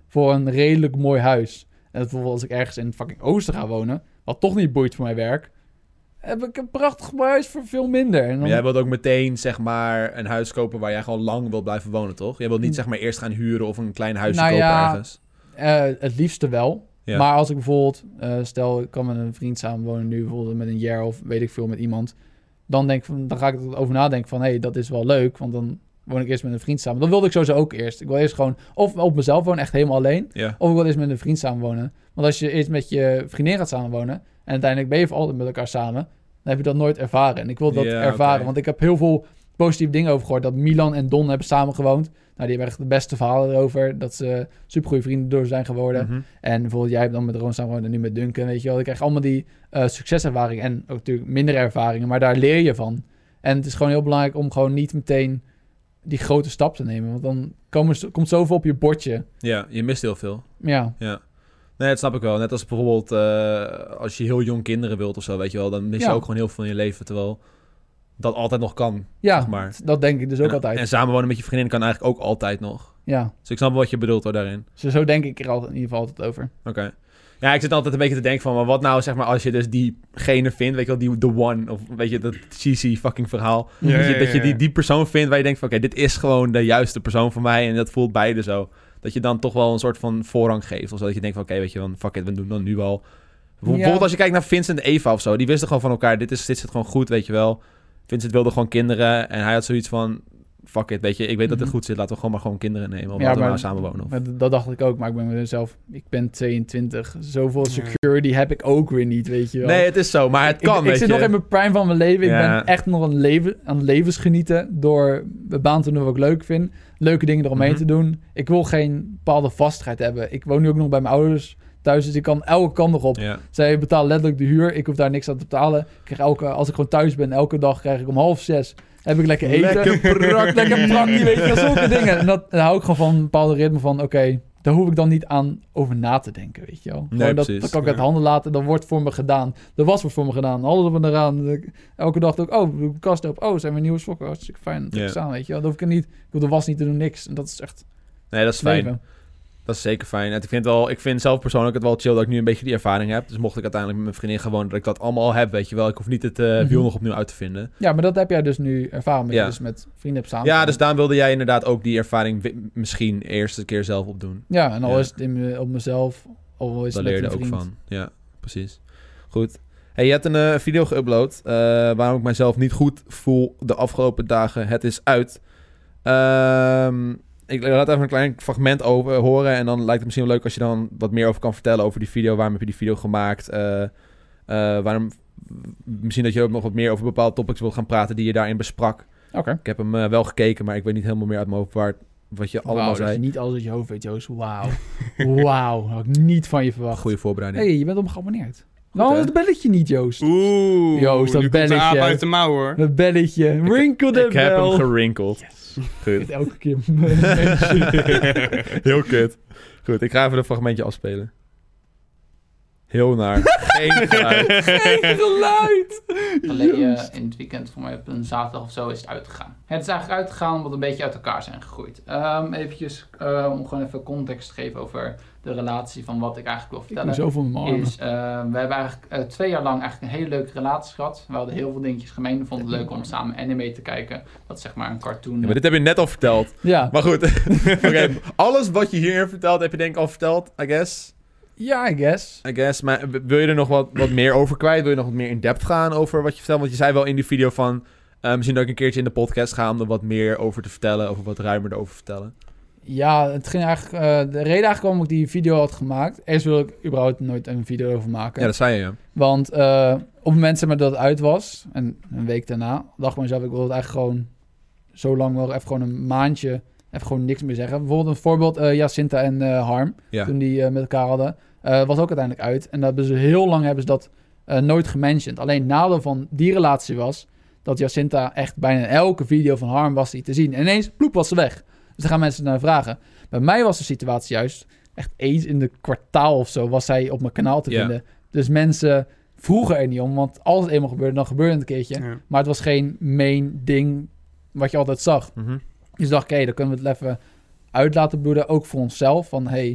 voor een redelijk mooi huis. En bijvoorbeeld als ik ergens in fucking Oosten ga wonen, wat toch niet boeit voor mijn werk, heb ik een prachtig mooi huis voor veel minder. En dan... Maar jij wilt ook meteen, zeg maar, een huis kopen waar jij gewoon lang wilt blijven wonen, toch? Jij wilt niet, zeg maar, eerst gaan huren of een klein huisje kopen ergens. Het liefste wel. Ja. Maar als ik bijvoorbeeld, stel ik kan met een vriend samenwonen nu, bijvoorbeeld met een jaar of weet ik veel met iemand, dan ga ik erover nadenken van, dat is wel leuk, want dan woon ik eerst met een vriend samen. Dan wilde ik sowieso ook eerst. Ik wil eerst gewoon of op mezelf wonen, echt helemaal alleen, of ik wil eerst met een vriend samenwonen. Want als je eerst met je vriendin gaat samenwonen en uiteindelijk ben je altijd met elkaar samen, dan heb je dat nooit ervaren. En ik wil dat ervaren, want ik heb heel veel positieve dingen over gehoord. Dat Milan en Don hebben samengewoond. Nou, die hebben echt de beste verhalen erover. Dat ze supergoeie vrienden door zijn geworden. Mhm. En bijvoorbeeld jij hebt dan met Ron samengewoond en nu met Duncan, weet je wel. Ik krijg allemaal die succeservaringen en ook natuurlijk minder ervaringen. Maar daar leer je van. En het is gewoon heel belangrijk om gewoon niet meteen die grote stap te nemen. Want dan komt zoveel op je bordje. Ja, je mist heel veel. Ja. Nee, dat snap ik wel. Net als bijvoorbeeld als je heel jong kinderen wilt of zo, weet je wel. Dan mis je ook gewoon heel veel in je leven, terwijl dat altijd nog kan. Ja, zeg maar. dat denk ik dus ook altijd. En samenwonen met je vriendin kan eigenlijk ook altijd nog. Ja. Dus ik snap wel wat je bedoelt hoor, daarin. Zo denk ik er altijd, in ieder geval altijd over. Oké. Ja, ik zit altijd een beetje te denken van, maar wat nou zeg maar als je dus diegene vindt, weet je wel, die the one, of weet je, dat cheesy fucking verhaal. Dat je die persoon vindt waar je denkt van, oké, dit is gewoon de juiste persoon voor mij en dat voelt beide zo. Dat je dan toch wel een soort van voorrang geeft. Of zo, dat je denkt van, oké, weet je, fuck it, we doen dan nu al. Bijvoorbeeld als je kijkt naar Vincent en Eva of zo, die wisten gewoon van elkaar, dit zit gewoon goed, weet je wel. Vincent wilde gewoon kinderen en hij had zoiets van, fuck it, weet je, ik weet dat het goed zit, laten we gewoon kinderen nemen. Of laten we maar samen wonen. Of... Dat dacht ik ook, maar ik ben mezelf, ik ben 22, zoveel security heb ik ook weer niet, weet je wel. Nee, het is zo, maar het kan, Ik zit nog in mijn prime van mijn leven, ik ben echt nog aan levensgenieten door de baan te doen wat ik leuk vind, leuke dingen eromheen te doen. Ik wil geen bepaalde vastigheid hebben. Ik woon nu ook nog bij mijn ouders thuis, dus ik kan elke kant nog op. Ja. Zij betalen letterlijk de huur, ik hoef daar niks aan te betalen. Ik krijg als ik gewoon thuis ben, elke dag krijg ik om 5:30... heb ik lekker eten. Lekker prakkie, weet je, zulke dingen. En dan hou ik gewoon van een bepaalde ritme van, oké, daar hoef ik dan niet aan over na te denken, weet je wel. Nee, dat kan ik uit handen laten, dat wordt voor me gedaan. Dat was voor me gedaan, alles op en eraan. Elke dag ook, doe ik kast op, zijn mijn nieuwe sokken, hartstikke fijn. Dat staan, weet je wel. Dat hoef ik niet, ik wil de was niet te doen, niks. En dat is echt... Nee, dat is fijn. Leven. Dat is zeker fijn. En ik vind zelf persoonlijk het wel chill dat ik nu een beetje die ervaring heb. Dus mocht ik uiteindelijk met mijn vriendin gaan wonen, dat ik dat allemaal al heb, weet je wel. Ik hoef niet het wiel nog opnieuw uit te vinden. Ja, maar dat heb jij dus nu ervaren met je dus met vrienden hebt samen. Ja, dus daarom wilde jij inderdaad ook die ervaring misschien eerst een keer zelf opdoen. Ja, en al is het op mezelf, al is het met een vriend. Daar leerde ook van. Ja, precies. Goed. Hey, je hebt een video geüpload waarom ik mijzelf niet goed voel de afgelopen dagen. Het is uit. Ik laat even een klein fragment over horen. En dan lijkt het misschien wel leuk als je dan wat meer over kan vertellen over die video. Waarom heb je die video gemaakt? Waarom, misschien dat je ook nog wat meer over bepaalde topics wil gaan praten die je daarin besprak. Oké. Ik heb hem wel gekeken, maar ik weet niet helemaal meer uit mijn hoofd wat je allemaal zei. Dat je niet alles uit je hoofd weet, Joost. Wauw. Wauw. Had ik niet van je verwacht. Goeie voorbereiding. Hey, je bent op me geabonneerd. Nou, dat belletje niet, Joost. Oeh, Joost, dat belletje. Komt de aap uit de mouw, hoor. Dat belletje. Wrinkle the bell. Ik heb hem gerinkeld. Yes. Goed. Elke keer. Heel kut. Goed, ik ga even een fragmentje afspelen. Heel naar. Geen geluid. Geen geluid. Alleen in het weekend, voor mij op een zaterdag of zo, is het uitgegaan. Het is eigenlijk uitgegaan omdat we een beetje uit elkaar zijn gegroeid. Eventjes, om gewoon even context te geven over de relatie van wat ik eigenlijk wil vertellen. Zo van mijn armen. Oh, we hebben eigenlijk 2 jaar lang eigenlijk een hele leuke relatie gehad. We hadden heel veel dingetjes gemeen. We vonden het leuk om samen anime te kijken. Dat is zeg maar een cartoon. Ja, maar dit heb je net al verteld. Ja. Maar goed. Oké, alles wat je hierin vertelt, heb je denk ik al verteld, I guess. Ja, I guess. Maar wil je er nog wat meer over kwijt? Wil je nog wat meer in depth gaan over wat je vertelt? Want je zei wel in die video van... misschien dat ik een keertje in de podcast ga om er wat meer over te vertellen. Over wat ruimer erover vertellen. Ja, het ging eigenlijk... de reden eigenlijk waarom ik die video had gemaakt... Eerst wil ik überhaupt nooit een video over maken. Ja, dat zei je, ja. Want op het moment zeg maar, dat het uit was... En een week daarna... Dacht ik mezelf, ik wil het eigenlijk gewoon... Zo lang mogelijk even gewoon een maandje... Even gewoon niks meer zeggen. Bijvoorbeeld een voorbeeld... Jacinta en Harm. Ja. Toen die met elkaar hadden... was ook uiteindelijk uit. En dat hebben ze heel lang hebben ze dat nooit gementiond. Alleen het nadeel van die relatie was... dat Jacinta echt bijna in elke video van Harm was die te zien. En ineens, ploep, was ze weg. Dus dan gaan mensen naar vragen. Bij mij was de situatie juist... echt eens in de kwartaal of zo... was zij op mijn kanaal te vinden. Dus mensen vroegen er niet om. Want als het eenmaal gebeurde, dan gebeurde het een keertje. Ja. Maar het was geen main ding... wat je altijd zag. Mm-hmm. Dus dacht ik, dan kunnen we het even uit laten bloeden. Ook voor onszelf. Van,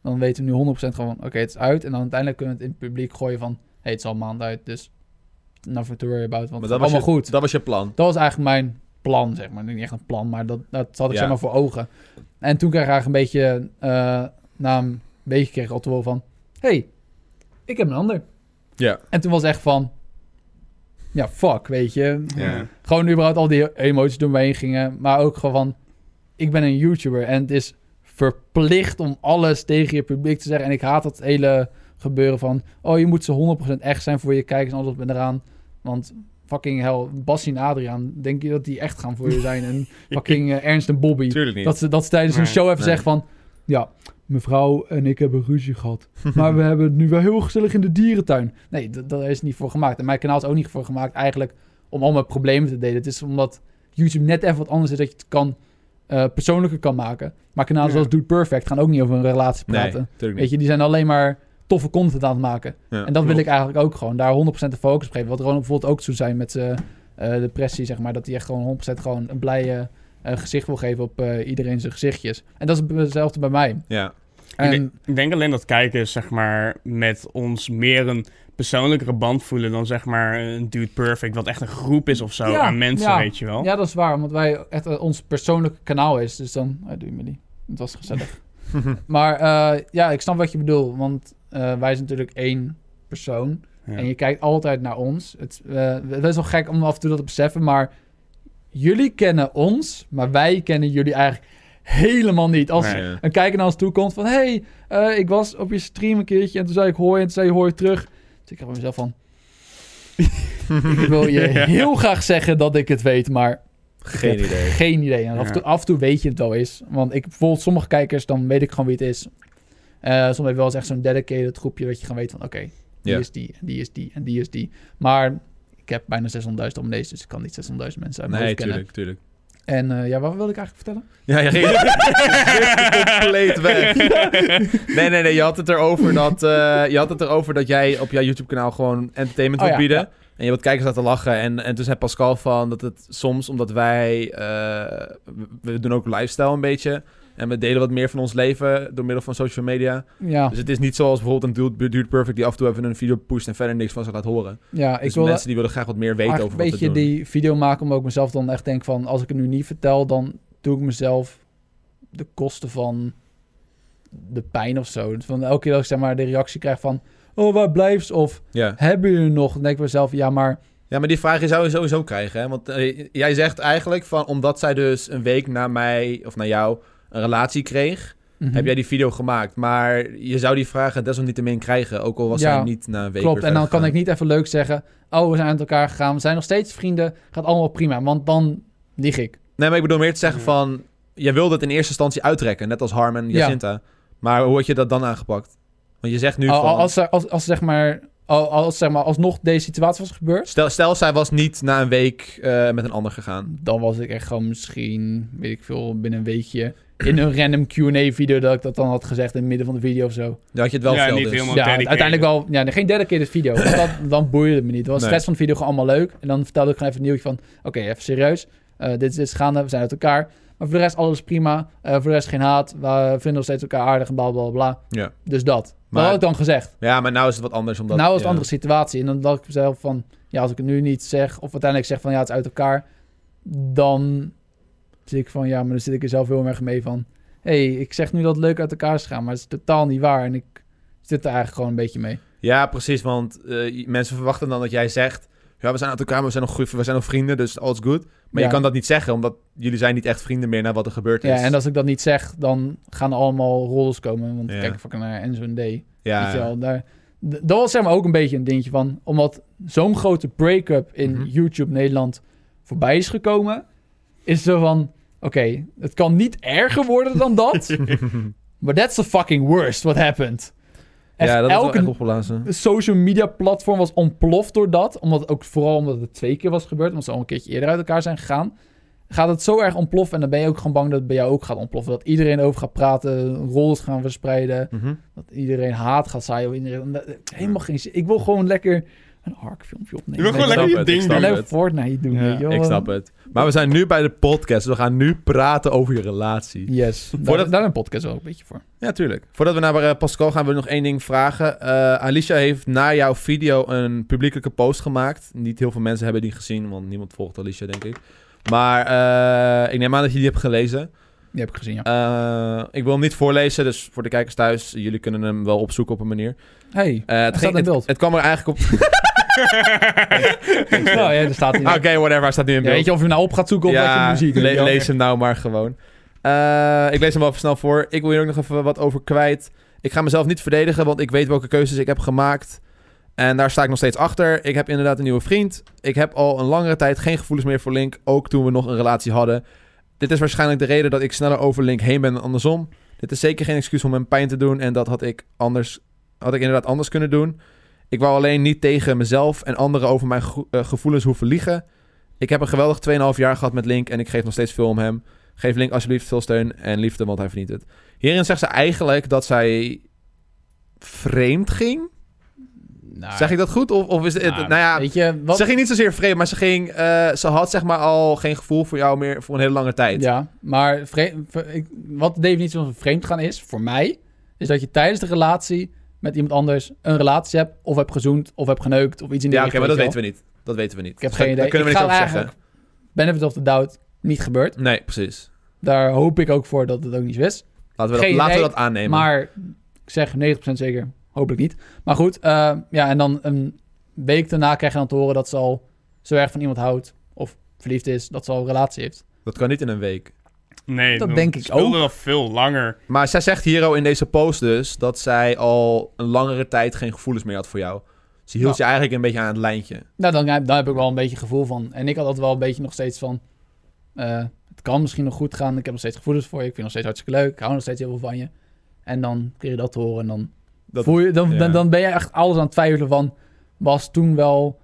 Dan weten we nu 100% gewoon, oké, het is uit. En dan uiteindelijk kunnen we het in het publiek gooien van... Hey, het is al een maand uit, dus... Nothing to worry about, want Maar het is allemaal goed. Dat was je plan. Dat was eigenlijk mijn plan, zeg maar. Niet echt een plan, maar dat had ik zeg maar voor ogen. En toen kreeg ik eigenlijk een beetje... na een beetje kreeg ik al te horen van... Hey, ik heb een ander. Ja. En toen was echt van... Ja, fuck, weet je. Ja. Gewoon überhaupt al die emoties door me heen gingen. Maar ook gewoon van... Ik ben een YouTuber en het is verplicht om alles tegen je publiek te zeggen. En ik haat dat hele gebeuren van... Oh, je moet zo 100% echt zijn voor je kijkers en alles ben eraan. Want fucking hell, Bassie en Adriaan... Denk je dat die echt gaan voor je zijn? En fucking Ernst en Bobby. Tuurlijk niet. Dat ze tijdens een show even zeggen van... Ja, mevrouw en ik hebben ruzie gehad. Maar we hebben het nu wel heel gezellig in de dierentuin. Nee, dat is niet voor gemaakt. En mijn kanaal is ook niet voor gemaakt eigenlijk... om al mijn problemen te delen. Het is omdat YouTube net even wat anders is... dat je het kan persoonlijker kan maken. Maar kanalen zoals Dude Perfect gaan ook niet over een relatie praten. Nee, weet je, die zijn alleen maar toffe content aan het maken. Ja, en dat wil ik eigenlijk ook gewoon. Daar 100% de focus op geven. Wat Ronald bijvoorbeeld ook zo zijn met zijn depressie, zeg maar. Dat hij echt gewoon 100% gewoon een blije gezicht wil geven op iedereen zijn gezichtjes. En dat is hetzelfde bij mij. Ja. En, Ik denk alleen dat kijkers, zeg maar, met ons meer een persoonlijkere band voelen dan, zeg maar, een Dude Perfect, wat echt een groep is of zo aan mensen, weet je wel. Ja, dat is waar, want wij echt ons persoonlijke kanaal is. Dus dan, doe je me niet. Het was gezellig. Maar ja, ik snap wat je bedoelt, want wij zijn natuurlijk één persoon. Ja. En je kijkt altijd naar ons. Het is wel gek om af en toe dat te beseffen, maar jullie kennen ons, maar wij kennen jullie eigenlijk helemaal niet. Als een kijker naar ons toe komt van... Hey, ik was op je stream een keertje en toen zei ik hoi en toen zei je hoi terug. Dus ik heb mezelf van... ik wil je heel graag zeggen dat ik het weet, maar... Geen idee. Geen idee. En af en toe weet je het wel eens. Want bijvoorbeeld sommige kijkers, dan weet ik gewoon wie het is. Soms heb je wel eens echt zo'n dedicated groepje dat je gewoon weet van... Oké, die is die en die is die en die is die. Maar ik heb bijna 600.000 abonnees, dus ik kan niet 600.000 mensen uit mijn hoofd kennen. Tuurlijk. En wat wilde ik eigenlijk vertellen? Ja, je ging compleet weg. Nee. Je had het erover dat jij op jouw YouTube-kanaal gewoon entertainment wilt bieden. Ja. En je wilt kijkers laten lachen. En toen zei Pascal van dat het soms, omdat wij... we doen ook lifestyle een beetje. En we delen wat meer van ons leven door middel van social media. Ja. Dus het is niet zoals bijvoorbeeld een Dude Perfect die af en toe even een video pusht en verder niks van zich laat horen. Ja, dus mensen die willen graag wat meer weten over wat we doen. Een beetje die video maken om ook mezelf dan echt denk van... als ik het nu niet vertel, dan doe ik mezelf de kosten van de pijn of zo. Dus van elke keer dat ik zeg maar de reactie krijg van... Oh, waar blijf je? Of hebben jullie nog? Dan denk ik mezelf, ja, maar die vraag zou je sowieso krijgen. Hè? Want jij zegt eigenlijk van... omdat zij dus een week na mij of naar jou... een relatie kreeg, heb jij die video gemaakt. Maar je zou die vragen desalniettemin krijgen, ook al was hij niet na een week. Klopt, en dan kan ik niet even leuk zeggen... oh, we zijn uit elkaar gegaan, we zijn nog steeds vrienden... gaat allemaal prima, want dan lieg ik. Nee, maar ik bedoel meer te zeggen van... jij wilde het in eerste instantie uittrekken, net als Harm en Jacinta. Ja. Maar hoe had je dat dan aangepakt? Want je zegt nu als alsnog deze situatie was gebeurd... Stel, zij was niet na een week met een ander gegaan. Dan was ik echt gewoon misschien, weet ik veel, binnen een weekje... in een random Q&A-video dat ik dat dan had gezegd in het midden van de video of zo. Dan had je het wel veel niet dus. helemaal uiteindelijk wel... Ja, geen dedicated video. Dan boeide het me niet. Het was de rest van de video gewoon allemaal leuk. En dan vertelde ik gewoon even een nieuwtje van... Oké, even serieus. Dit is gaande. We zijn uit elkaar. Maar voor de rest alles prima. Voor de rest geen haat. We vinden nog steeds elkaar aardig en bla bla bla. Ja. Dus dat. Dat had ik dan gezegd. Ja, maar nou is het wat anders. Omdat, nou is het een andere situatie. En dan dacht ik mezelf van... Ja, als ik het nu niet zeg... Of uiteindelijk zeg van... Ja, het is uit elkaar. Dan zit ik van... Ja, maar dan zit ik er zelf heel erg mee van... Ik zeg nu dat het leuk uit elkaar is gaan, maar het is totaal niet waar. En ik zit er eigenlijk gewoon een beetje mee. Ja, precies, want mensen verwachten dan dat jij zegt... Ja, we zijn uit elkaar, maar we zijn nog vrienden, dus alles goed. Maar je kan dat niet zeggen, omdat jullie zijn niet echt vrienden meer... naar wat er gebeurd is. Ja, en als ik dat niet zeg, dan gaan er allemaal rollers komen. Want kijk even naar Enzo en D. Ja. Dat was zeg maar ook een beetje een dingetje van... Omdat zo'n grote break-up in YouTube Nederland voorbij is gekomen... is het zo van... Oké, het kan niet erger worden dan dat. But that's the fucking worst what happened. Echt, ja, dat is wel echt opgeblazen. Social media platform was ontploft door dat. Vooral omdat het 2 keer was gebeurd. Omdat ze al een keertje eerder uit elkaar zijn gegaan. Gaat het zo erg ontploffen. En dan ben je ook gewoon bang dat het bij jou ook gaat ontploffen. Dat iedereen over gaat praten. Roles gaan verspreiden. Dat iedereen haat gaat zaaien. Helemaal geen zin. Ik wil gewoon lekker een ARK-filmpje Je opnemen. wil gewoon Ik lekker snap je het, ik ding snap doen. Leuk het. Fortnite doen, Ja, weet je wel. Ik snap het. Maar we zijn nu bij de podcast. We gaan nu praten over je relatie. Yes, Voordat- daar een podcast wel een beetje voor. Ja, tuurlijk. Voordat we naar Pascal gaan, wil ik nog één ding vragen. Alicia heeft na jouw video een publiekelijke post gemaakt. Niet heel veel mensen hebben die gezien, want niemand volgt Alicia, denk ik. Maar ik neem aan dat je die hebt gelezen. Die heb ik gezien, ja. Ik wil hem niet voorlezen, dus voor de kijkers thuis, jullie kunnen hem wel opzoeken op een manier. Hey, Het staat in beeld. Het kwam er eigenlijk op... nou ja, er staat hier. Oké, whatever, hij staat nu in Ja, beeld. weet je of je hem nou op gaat zoeken of dat je hem ziet? lees hem nou maar gewoon. Ik lees hem wel even snel voor. Ik wil hier ook nog even wat over kwijt. Ik ga mezelf niet verdedigen, want ik weet welke keuzes ik heb gemaakt. En daar sta ik nog steeds achter. Ik heb inderdaad een nieuwe vriend. Ik heb al een langere tijd geen gevoelens meer voor Link, ook toen we nog een relatie hadden. Dit is waarschijnlijk de reden dat ik sneller over Link heen ben dan andersom. Dit is zeker geen excuus om hem pijn te doen en dat had ik inderdaad anders kunnen doen. Ik wou alleen niet tegen mezelf en anderen over mijn gevoelens hoeven liegen. Ik heb een geweldig 2,5 jaar gehad met Link en ik geef nog steeds veel om hem. Geef Link alsjeblieft veel steun en liefde, want hij verdient het. Hierin zegt ze eigenlijk dat zij vreemd ging. Nou, Zeg ik dat goed? Of is het... Nou ja, weet je, wat... ze ging niet zozeer vreemd, maar ze had zeg maar al geen gevoel voor jou meer voor een hele lange tijd. Ja, maar wat de definitie van vreemd gaan is, voor mij, is dat je tijdens de relatie met iemand anders een relatie hebt, of hebt gezoend, of hebt geneukt, of iets in die Ja, oké, richting. maar weet dat je weten we niet. Dat weten we niet. Ik heb Dus geen idee. Daar kunnen we Ik niks ga over zeggen. Benefit of the doubt, niet gebeurd. Nee, precies. Daar hoop ik ook voor dat het ook niet zo is. Laten Geen we idee, dat aannemen. Maar ik zeg 90% zeker, hopelijk niet. Maar goed, ja, en dan een week daarna krijg je dan te horen dat ze al zo erg van iemand houdt, of verliefd is, dat ze al een relatie heeft. Dat kan niet in een week. Nee, Dat denk ik speelde ook. wel veel langer. Maar zij zegt hier al in deze post dus dat zij al een langere tijd geen gevoelens meer had voor jou. Ze hield je eigenlijk een beetje aan het lijntje. Nou, dan heb ik wel een beetje gevoel van. En ik had altijd wel een beetje nog steeds van... het kan misschien nog goed gaan. Ik heb nog steeds gevoelens voor je. Ik vind het nog steeds hartstikke leuk. Ik hou nog steeds heel veel van je. En dan kreeg je dat te horen. En dan, dan ben je echt alles aan het twijfelen van... Was toen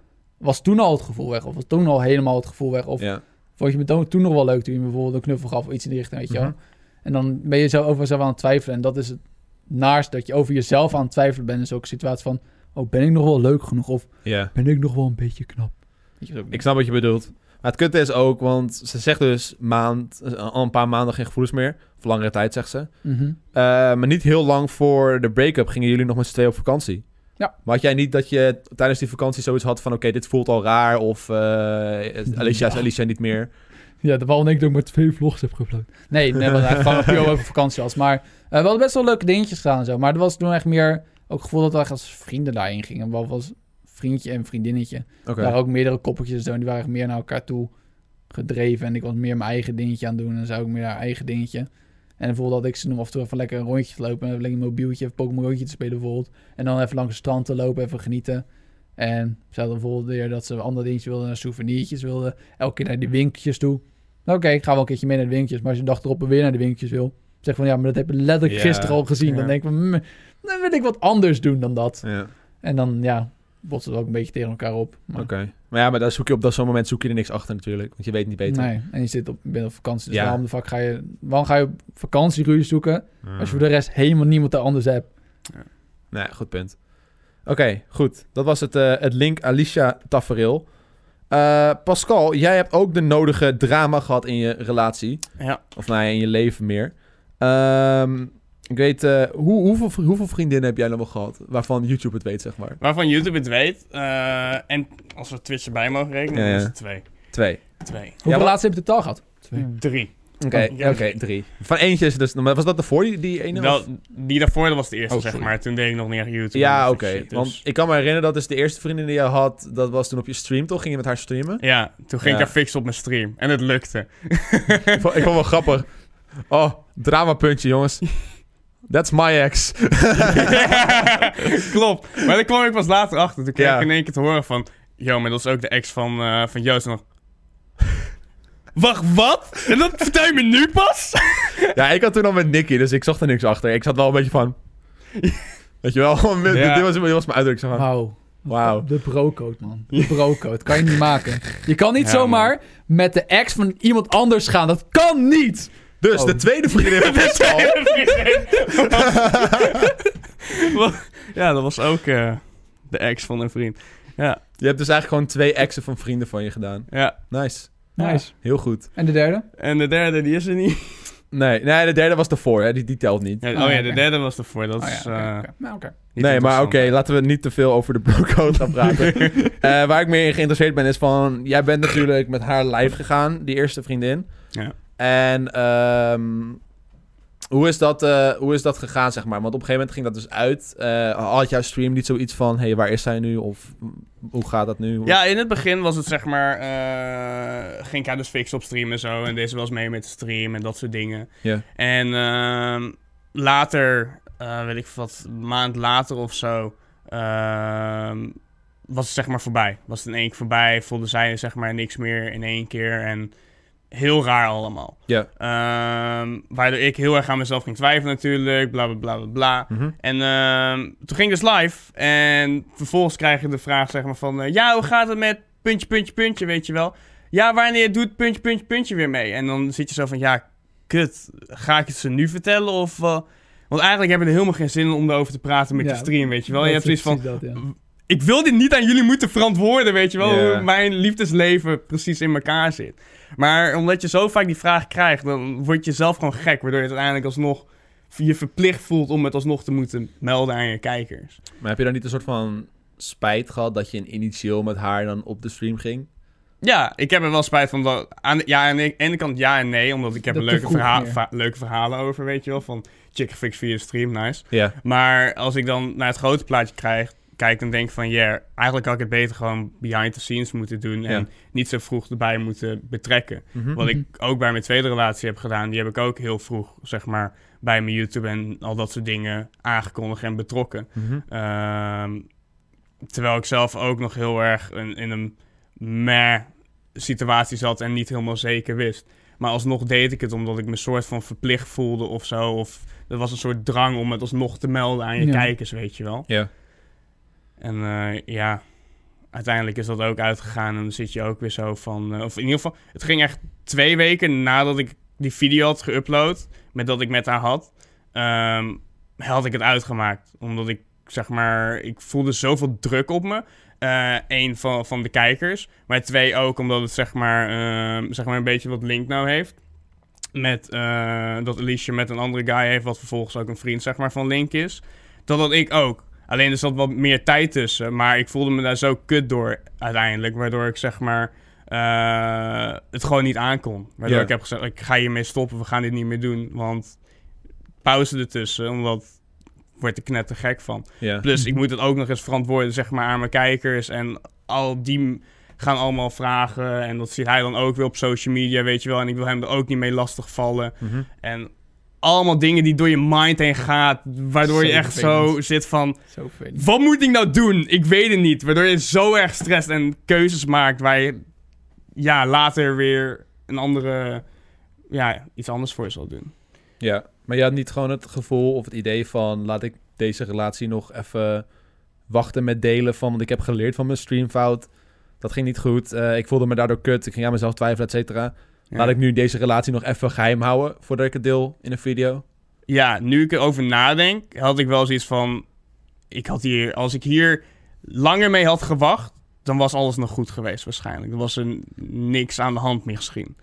al het gevoel weg? Of was toen al helemaal het gevoel weg? Of vond je me toen nog wel leuk toen je me bijvoorbeeld een knuffel gaf of iets in die richting, weet je wel? En dan ben je zo over jezelf aan het twijfelen. En dat is het naast dat je over jezelf aan het twijfelen bent in zulke situatie van... Oh, ben ik nog wel leuk genoeg? Of ben ik nog wel een beetje knap? Weet je, Ik snap wat je bedoelt. Maar het kutte is ook, want ze zegt dus al een paar maanden geen gevoelens meer. Of langere tijd, zegt ze. Maar niet heel lang voor de break-up gingen jullie nog met z'n tweeën op vakantie. Ja. Maar had jij niet dat je tijdens die vakantie zoiets had van... Oké, dit voelt al raar of Alicia is Alicia niet meer? Ja, de bal denk ik dat ik maar 2 vlogs heb geüpload. Nee, dat eigenlijk gewoon puur over vakantie was. Maar we hadden best wel leuke dingetjes gedaan en zo. Maar er was toen echt meer ook het gevoel dat we echt als vrienden daarin gingen. Wel was vriendje en vriendinnetje. Okay. Er waren ook meerdere koppeltjes en zo. En die waren echt meer naar elkaar toe gedreven. En ik was meer mijn eigen dingetje aan het doen. En zij ook meer haar eigen dingetje. En dan voelde dat ik ze noem af en toe even lekker een rondje te lopen. En even lekker een mobieltje, even Pokémon rondje te spelen bijvoorbeeld. En dan even langs het strand te lopen, even genieten. En ze hadden bijvoorbeeld weer dat ze andere dingetjes wilden, naar souvenirtjes wilden. Elke keer naar die winkeltjes toe. Oké, ik ga wel een keertje mee naar de winkeltjes. Maar als je de dag erop weer naar de winkeltjes wil, zeg van ja, maar dat heb je letterlijk gisteren al gezien. Dan denk ik van, dan wil ik wat anders doen dan dat. Ja. En dan, botsen we ook een beetje tegen elkaar op. Oké. Maar ja, maar dan zoek je op zo'n moment zoek je er niks achter natuurlijk. Want je weet niet beter. Nee, en je zit binnen op vakantie. Dus waarom de fuck ga je op vakantieruzie zoeken als je voor de rest helemaal niemand anders hebt? Ja. Nee, goed punt. Oké, goed. Dat was het Link Alicia tafereel. Pascal, jij hebt ook de nodige drama gehad in je relatie. Ja. Of nou ja, in je leven meer. Ik weet, hoeveel vriendinnen heb jij dan wel gehad? Waarvan YouTube het weet, zeg maar. Waarvan YouTube het weet. En als we Twitch erbij mogen rekenen, dan is het 2. 2. Hoeveel relaties heb je totaal gehad? 3. Oké, 3. Van eentje is dus... Was dat ervoor, die ene? Wel, die daarvoor, dat was de eerste, zeg maar. Toen deed ik nog niet echt YouTube. Ja, oké. Dus. Want ik kan me herinneren dat dus de eerste vriendin die je had... Dat was toen op je stream, toch? Ging je met haar streamen? Ja, toen ging ik haar fixen op mijn stream. En het lukte. Ik vond het wel grappig. Oh, dramapuntje, jongens. That's my ex. Klopt. Maar daar kwam ik pas later achter. Toen kreeg ik in één keer te horen van... Yo, maar dat is ook de ex van Joost. En nog... Wacht, wat? En dat vertel je me nu pas? Ja, ik had toen al met Nicky, dus ik zocht er niks achter. Ik zat wel een beetje van... Weet je wel, gewoon, dit was mijn uitdrukking. Wauw. De bro-code, man. De bro-code. Kan je niet maken. Je kan niet zomaar met de ex van iemand anders gaan. Dat kan niet! Dus de tweede vriendin van Pascal. Ja, dat was ook de ex van een vriend. Ja. Je hebt dus eigenlijk gewoon 2 exen van vrienden van je gedaan. Ja. Nice. Nice. Heel goed. En de derde? En de derde, die is er niet. Nee, de derde was ervoor, hè. Die telt niet. Ja, Oh, de oké. derde was ervoor. Dat Oh is ja, oké. Nou, oké. niet Nee, maar interessant. oké, laten we niet te veel over de brocode gaan praten. Waar ik meer in geïnteresseerd ben is van... Jij bent natuurlijk met haar live gegaan, die eerste vriendin. Ja. En hoe is dat gegaan, zeg maar? Want op een gegeven moment ging dat dus uit. Had jouw stream niet zoiets van... Hey, waar is zij nu? Of hoe gaat dat nu? Ja, in het begin was het zeg maar... ging ik haar dus fixen op stream en zo. En deze was mee met de stream en dat soort dingen. Ja. En later, weet ik wat, een maand later of zo... was het zeg maar voorbij. Was het in één keer voorbij. Voelde zij zeg maar niks meer in één keer. En heel raar allemaal. Ja. Waardoor ik heel erg aan mezelf ging twijfelen natuurlijk. Bla, bla, bla, bla, bla. Mhm. En toen ging ik dus live. En vervolgens krijg je de vraag zeg maar van... ja, hoe gaat het met puntje, puntje, puntje, weet je wel? Ja, wanneer doet puntje, puntje, puntje weer mee? En dan zit je zo van... Ja, kut. Ga ik het ze nu vertellen of... want eigenlijk heb ik er helemaal geen zin in om erover te praten met Ja, je stream, weet je wel? Je Dat hebt is zoiets van... precies dat, ja. Ik wil dit niet aan jullie moeten verantwoorden, weet je wel? Ja. Hoe mijn liefdesleven precies in elkaar zit. Maar omdat je zo vaak die vraag krijgt, dan word je zelf gewoon gek. Waardoor je het uiteindelijk alsnog je verplicht voelt om het alsnog te moeten melden aan je kijkers. Maar heb je dan niet een soort van spijt gehad... dat je initieel met haar dan op de stream ging? Ja, ik heb er wel spijt van. Aan de ene kant ja en nee, omdat ik heb Dat er te vroeg meer. leuke verhalen over, weet je wel. Van chick gefixt via de stream, nice. Ja. Maar als ik dan naar het grote plaatje kijk, dan denk ik van... Yeah, eigenlijk had ik het beter gewoon behind the scenes moeten doen... en Ja. niet zo vroeg erbij moeten betrekken. Mhm. Wat ik ook bij mijn tweede relatie heb gedaan... die heb ik ook heel vroeg, zeg maar... bij mijn YouTube en al dat soort dingen aangekondigd en betrokken. Mhm. Terwijl ik zelf ook nog heel erg in een meh situatie zat... en niet helemaal zeker wist. Maar alsnog deed ik het omdat ik me soort van verplicht voelde of zo. Of er was een soort drang om het alsnog te melden aan je Ja. kijkers, weet je wel. Ja. En ja, uiteindelijk is dat ook uitgegaan en dan zit je ook weer zo van... of in ieder geval, het ging echt 2 weken nadat ik die video had geüpload, met dat ik met haar had ik het uitgemaakt. Omdat ik, zeg maar, ik voelde zoveel druk op me. 1 van de kijkers, maar 2 ook omdat het zeg maar een beetje wat Link nou heeft. Met dat Alicia met een andere guy heeft, wat vervolgens ook een vriend zeg maar van Link is. Dat had ik ook. Alleen er zat wat meer tijd tussen. Maar ik voelde me daar zo kut door uiteindelijk. Waardoor ik zeg maar het gewoon niet aankon. Waardoor Ja. ik heb gezegd, ik ga hiermee stoppen. We gaan dit niet meer doen. Want pauze ertussen. Omdat ik word er knettergek van. Ja. Plus ik moet het ook nog eens verantwoorden zeg maar aan mijn kijkers. En al die gaan allemaal vragen. En dat ziet hij dan ook weer op social media, weet je wel. En ik wil hem er ook niet mee lastigvallen. Mhm. En allemaal dingen die door je mind heen gaat, waardoor Zo je echt vervelend. zo zit van... Zo vervelend. Wat moet ik nou doen? Ik weet het niet. Waardoor je zo erg stresst en keuzes maakt waar je later weer een andere... Ja, iets anders voor zal doen. Ja, maar je had niet gewoon het gevoel of het idee van... laat ik deze relatie nog even wachten met delen van... want ik heb geleerd van mijn streamfout. Dat ging niet goed. Ik voelde me daardoor kut. Ik ging aan mezelf twijfelen, et cetera. Ja. Laat ik nu deze relatie nog even geheim houden... voordat ik het deel in een video. Ja, nu ik erover nadenk, had ik wel zoiets van... Als ik hier langer mee had gewacht... dan was alles nog goed geweest waarschijnlijk. Er was er niks aan de hand misschien.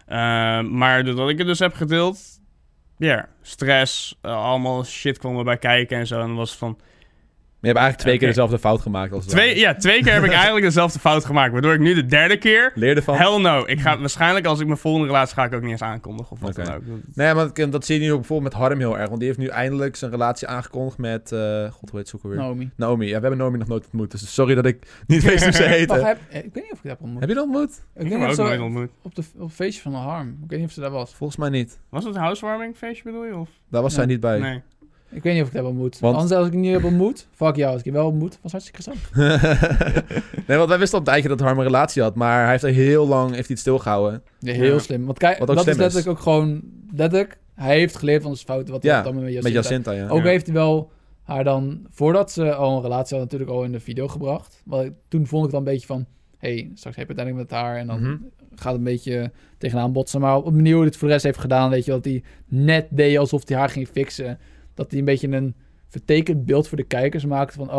Maar doordat ik het dus heb gedeeld... Ja, stress, allemaal shit kwam erbij kijken en zo. En dan was het van... Maar je hebt eigenlijk 2 keer Oké. dezelfde fout gemaakt. Als het ware. 2 keer heb ik eigenlijk dezelfde fout gemaakt. Waardoor ik nu de 3e keer... Leer ervan. Hell no. Ik ga waarschijnlijk als ik mijn volgende relatie ga ik ook niet eens aankondigen of wat Oké. dan ook. Nee, maar dat zie je nu ook bijvoorbeeld met Harm heel erg. Want die heeft nu eindelijk zijn relatie aangekondigd met... God, hoe heet ze ook alweer? Naomi. Naomi. Ja, we hebben Naomi nog nooit ontmoet. Dus sorry dat ik niet wist hoe ze heette. Wacht, ik weet niet of ik dat heb ontmoet. Heb je dat ontmoet? Ik Ik weet heb niet hem of ook nooit ze ontmoet. op het feestje van Harm. Ik weet niet of ze daar was. Volgens mij niet. Was het een housewarming feestje bedoel je? Of? Daar was zij Nee. niet bij. Nee. Ik weet niet of ik dat heb ontmoet. Want- Anders als ik het niet heb ontmoet, fuck jou. Als ik je wel ontmoet, was hartstikke gezellig. Nee, want wij wisten op het eitje dat Harm een relatie had. Maar hij heeft er heel lang heeft hij het stilgehouden. Ja, heel Ja. slim. Want kijk, Wat ook dat is slim is. letterlijk ook gewoon... Letterlijk, hij heeft geleerd van zijn fouten wat hij Ja, had allemaal met Met Jacinta. Jacinta, ja. Ook Ja. heeft hij wel haar dan, voordat ze al een relatie had, natuurlijk al in de video gebracht. Toen vond ik dan een beetje van, straks heb je het uiteindelijk met haar en dan Mhm. gaat het een beetje tegenaan botsen. Maar op de manier hoe hij het voor de rest heeft gedaan, weet je, dat hij net deed alsof hij haar ging fixen. Dat hij een beetje een vertekend beeld voor de kijkers maakte van, oh,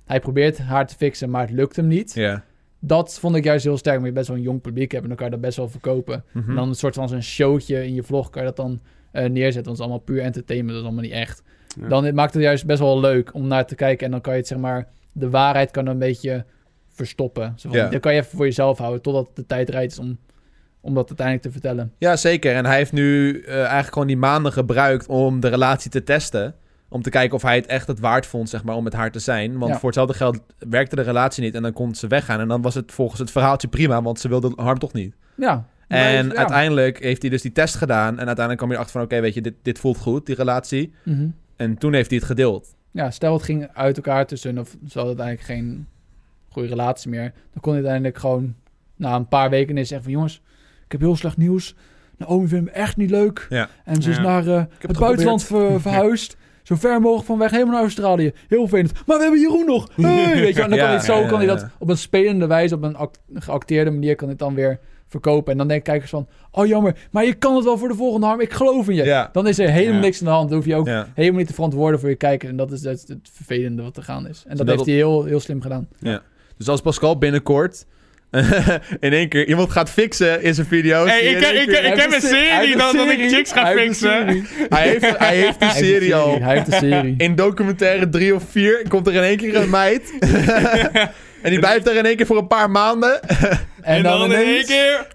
hij probeert haar te fixen, maar het lukt hem niet. Ja. Dat vond ik juist heel sterk. Maar je best wel een jong publiek hebt en dan kan je dat best wel verkopen. Mhm. En dan een soort van zo'n showtje in je vlog kan je dat dan neerzetten. Want het is allemaal puur entertainment, dat is allemaal niet echt. Ja. Dan maakt het juist best wel leuk om naar te kijken. En dan kan je het, zeg maar, de waarheid kan een beetje verstoppen. Zo van, Ja. Dat kan je even voor jezelf houden, totdat de tijd rijdt is om dat uiteindelijk te vertellen. Ja, zeker. En hij heeft nu eigenlijk gewoon die maanden gebruikt om de relatie te testen. Om te kijken of hij het echt het waard vond, zeg maar, om met haar te zijn. Want Ja. voor hetzelfde geld werkte de relatie niet en dan kon ze weggaan. En dan was het volgens het verhaaltje prima, want ze wilde Harm toch niet. Ja. En Ja. uiteindelijk heeft hij dus die test gedaan. En uiteindelijk kwam hij erachter van, oké, weet je, dit voelt goed, die relatie. Mhm. En toen heeft hij het gedeeld. Ja, stel het ging uit elkaar tussen hun, of ze hadden uiteindelijk geen goede relatie meer. Dan kon hij uiteindelijk gewoon na een paar weken ineens zeggen van, jongens, ik heb heel slecht nieuws. Naomi vindt me echt niet leuk. Ja. En ze is Ja. naar het buitenland verhuisd. Zo ver mogelijk van weg, helemaal naar Australië. Heel vervelend. Maar we hebben Jeroen nog. Hey, weet je, en dan kan hij het zo, kan hij dat op een spelende wijze, op een geacteerde manier, kan hij het dan weer verkopen. En dan denken kijkers van, oh jammer, maar je kan het wel voor de volgende Harm. Ik geloof in je. Ja. Dan is er helemaal Ja. niks aan de hand. Dan hoef je ook Ja. helemaal niet te verantwoorden voor je kijkers. En dat is het vervelende wat er gaan is. En dat Zodat heeft hij heel slim gedaan. Dus als Pascal binnenkort in één keer iemand gaat fixen in zijn video's. Hey, die in één keer- ik heb een serie dan dat ik chicks ga fixen. Hij heeft die serie al. Hij heeft de serie. In documentaire 3 of 4 komt er in één keer een meid. En die blijft er in één keer voor een paar maanden. En dan in één ineens- keer...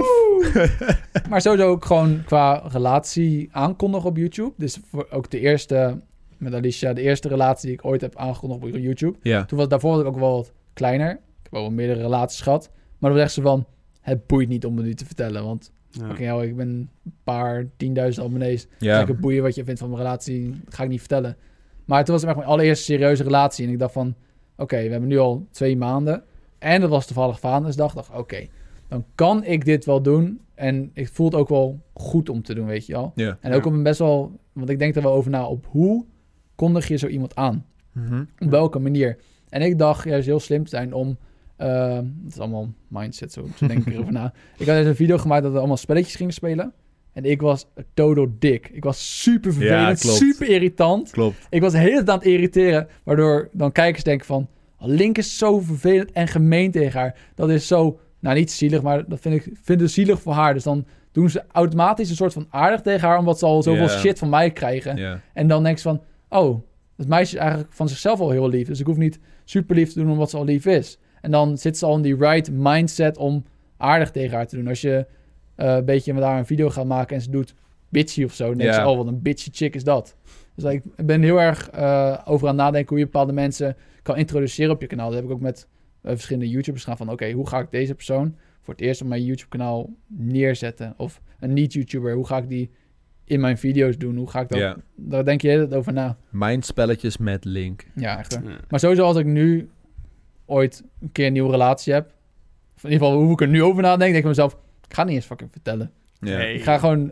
Maar sowieso ook gewoon qua relatie aankondigen op YouTube. Dus ook de eerste, met Alicia, de eerste relatie die ik ooit heb aangekondigd op YouTube. Ja. Daarvoor was ik ook wel wat kleiner. Ik heb wel meerdere relaties gehad. Maar dan zegt ze van, het boeit niet om het nu te vertellen. Want Ja. ik ben een paar 10.000 abonnees. Ja. Kijk, het boeien wat je vindt van mijn relatie, dat ga ik niet vertellen. Maar toen was het echt mijn allereerste serieuze relatie. En ik dacht van, oké, we hebben nu al 2 maanden. En dat was toevallig Valentijnsdag. Ik dacht, oké, dan kan ik dit wel doen. En ik voel het ook wel goed om te doen, weet je wel. Ja. En ook Ja. op een best wel, want ik denk er wel over na, op hoe kondig je zo iemand aan? Mhm. Op welke manier? En ik dacht juist heel slim te zijn om, het is allemaal mindset, zo denk ik erover na. Ik had dus een video gemaakt dat we allemaal spelletjes gingen spelen. En ik was total dik. Ik was super vervelend, klopt. super irritant. Klopt. Ik was de hele tijd aan het irriteren, waardoor dan kijkers denken van, oh, Link is zo vervelend en gemeen tegen haar. Dat is zo, nou niet zielig, maar dat vind ik zielig voor haar. Dus dan doen ze automatisch een soort van aardig tegen haar, omdat ze al zoveel Ja. shit van mij krijgen. Ja. En dan denk ze van, oh, het meisje is eigenlijk van zichzelf al heel lief. Dus ik hoef niet super lief te doen omdat ze al lief is. En dan zit ze al in die right mindset om aardig tegen haar te doen. Als je een beetje met haar een video gaat maken en ze doet bitchy of zo, dan denk Ja. ze, oh, wat een bitchy chick is dat. Dus ik ben heel erg over aan het nadenken hoe je bepaalde mensen kan introduceren op je kanaal. Dat heb ik ook met verschillende YouTubers gedaan van, oké, hoe ga ik deze persoon voor het eerst op mijn YouTube-kanaal neerzetten? Of een niet-YouTuber, hoe ga ik die in mijn video's doen? Hoe ga ik dat? Ja. Daar denk je heel over na. Mindspelletjes met Link. Ja, echt. Ja. Maar sowieso als ik nu ooit een keer een nieuwe relatie heb, of in ieder geval hoe ik er nu over nadenk, denk ik mezelf, ik ga niet eens fucking vertellen. Ja. Nee. Ik ga gewoon,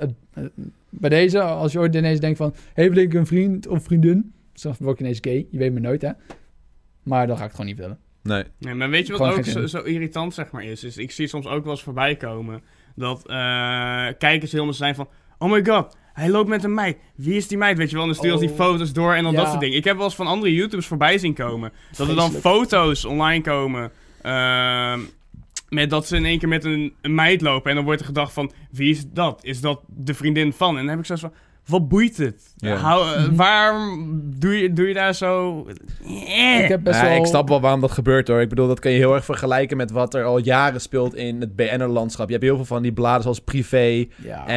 bij deze, als je ooit ineens denkt van, heeft Link een vriend of vriendin? Dan word ik ineens gay, je weet me nooit, hè. Maar dan ga ik het gewoon niet vertellen. Nee. Nee, maar weet je wat Gewoon ook geen zin. zo irritant zeg maar is? Ik zie soms ook wel eens voorbij komen dat kijkers helemaal zijn van... Oh my god, hij loopt met een meid. Wie is die meid? Weet je wel, en dan sturen ze die Oh. foto's door en dan Ja. dat soort dingen. Ik heb wel eens van andere YouTubers voorbij zien komen. Dat er dan Vreselijk. foto's online komen... met dat ze in één keer met een meid lopen. En dan wordt er gedacht van... Wie is dat? Is dat de vriendin van? En dan heb ik zo van... Wat boeit het? Ja. Mhm. Waarom doe je daar zo... Ik heb best Ja, wel... ik snap wel waarom dat gebeurt hoor. Ik bedoel, dat kan je heel erg vergelijken met wat er al jaren speelt in het BN'er-landschap. Je hebt heel veel van die bladen zoals Privé Ja,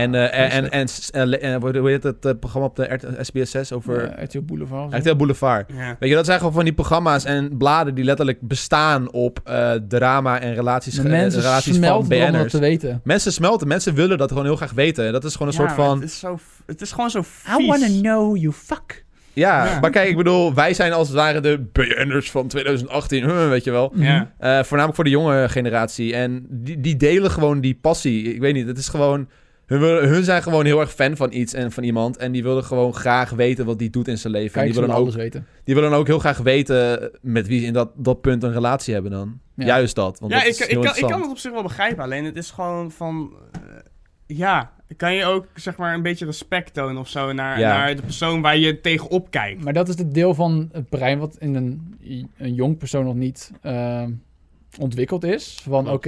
hoe heet het programma op de SBS6 over RTL Boulevard. RTL Boulevard. Ja. Weet je, dat zijn gewoon van die programma's en bladen die letterlijk bestaan op drama en relaties Mensen van smelten om dat BN'ers. te weten. Mensen smelten, mensen willen dat gewoon heel graag weten. Dat is gewoon een soort van... Het is gewoon zo vies. know you fuck. Ja, Ja. maar kijk, ik bedoel, wij zijn als het ware de BN'ers van 2018, weet je wel. Ja. Voornamelijk voor de jonge generatie. En die delen gewoon die passie. Ik weet niet, het is gewoon... Hun zijn gewoon heel erg fan van iets en van iemand. En die willen gewoon graag weten wat die doet in zijn leven. En Kijk, die ze willen, willen ook, alles weten. die willen ook heel graag weten met wie ze in dat punt een relatie hebben dan. Ja. Juist dat. Want Ja, dat is heel ik kan interessant. het op zich wel begrijpen. Alleen het is gewoon van... ja, kan je ook zeg maar een beetje respect tonen of zo naar, Ja. naar de persoon waar je tegenop kijkt. Maar dat is het deel van het brein wat in een jong persoon nog niet ontwikkeld is. Van Klopt.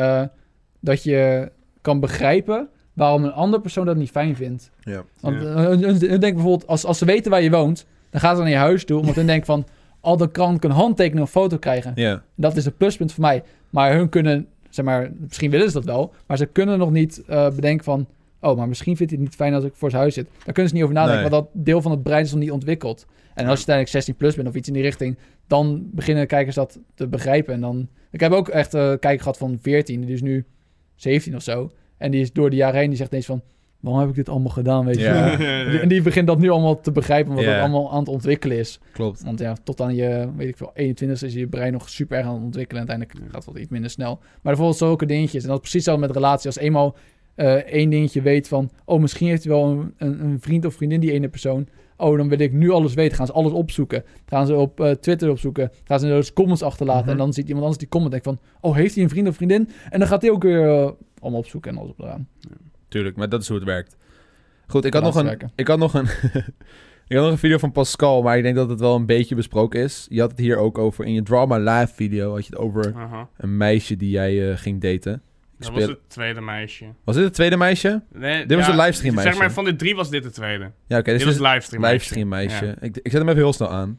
dat je kan begrijpen waarom een andere persoon dat niet fijn vindt. Ja. Want hun denken bijvoorbeeld, als ze weten waar je woont, dan gaan ze naar je huis toe, omdat hun denken van, dan kan ik een handtekening of foto krijgen. Ja. Dat is het pluspunt voor mij. Maar hun kunnen, zeg maar, misschien willen ze dat wel, maar ze kunnen nog niet bedenken van, maar misschien vindt hij het niet fijn als ik voor zijn huis zit. Daar kunnen ze niet over nadenken, Nee. want dat deel van het brein is nog niet ontwikkeld. En als je uiteindelijk 16 plus bent of iets in die richting, dan beginnen kijkers dat te begrijpen. En dan, ik heb ook echt een kijker gehad van 14, die is nu 17 of zo. En die is door de jaren heen, die zegt ineens van, waarom heb ik dit allemaal gedaan, weet je Ja. wel? En die begint dat nu allemaal te begrijpen, omdat Ja. dat allemaal aan het ontwikkelen is. Klopt. Want ja, tot aan je, weet ik veel, 21 is je brein nog super erg aan het ontwikkelen. En uiteindelijk gaat het wat iets minder snel. Maar bijvoorbeeld zulke dingetjes. En dat is precies zo met relaties. Als eenmaal één dingetje weet van, misschien heeft hij wel een vriend of vriendin, die ene persoon. Dan wil ik nu alles weten. Gaan ze alles opzoeken. Gaan ze op Twitter opzoeken. Gaan ze dus comments achterlaten. Mhm. En dan ziet iemand anders die comment en denkt van, heeft hij een vriend of vriendin? En dan gaat hij ook weer allemaal opzoeken en alles op eraan. Tuurlijk, maar dat is hoe het werkt. Goed, ik had nog Laten een ik had nog een video van Pascal, maar ik denk dat het wel een beetje besproken is. Je had het hier ook over, in je Drama Live video had je het over Aha. een meisje die jij ging daten. Dat was het tweede meisje. Was dit het tweede meisje? Nee, Dit was een livestream meisje. Zeg maar, van de 3 was dit de tweede. Ja, oké, Dit dus was livestream meisje. livestream meisje. Ja. Ik zet hem even heel snel aan.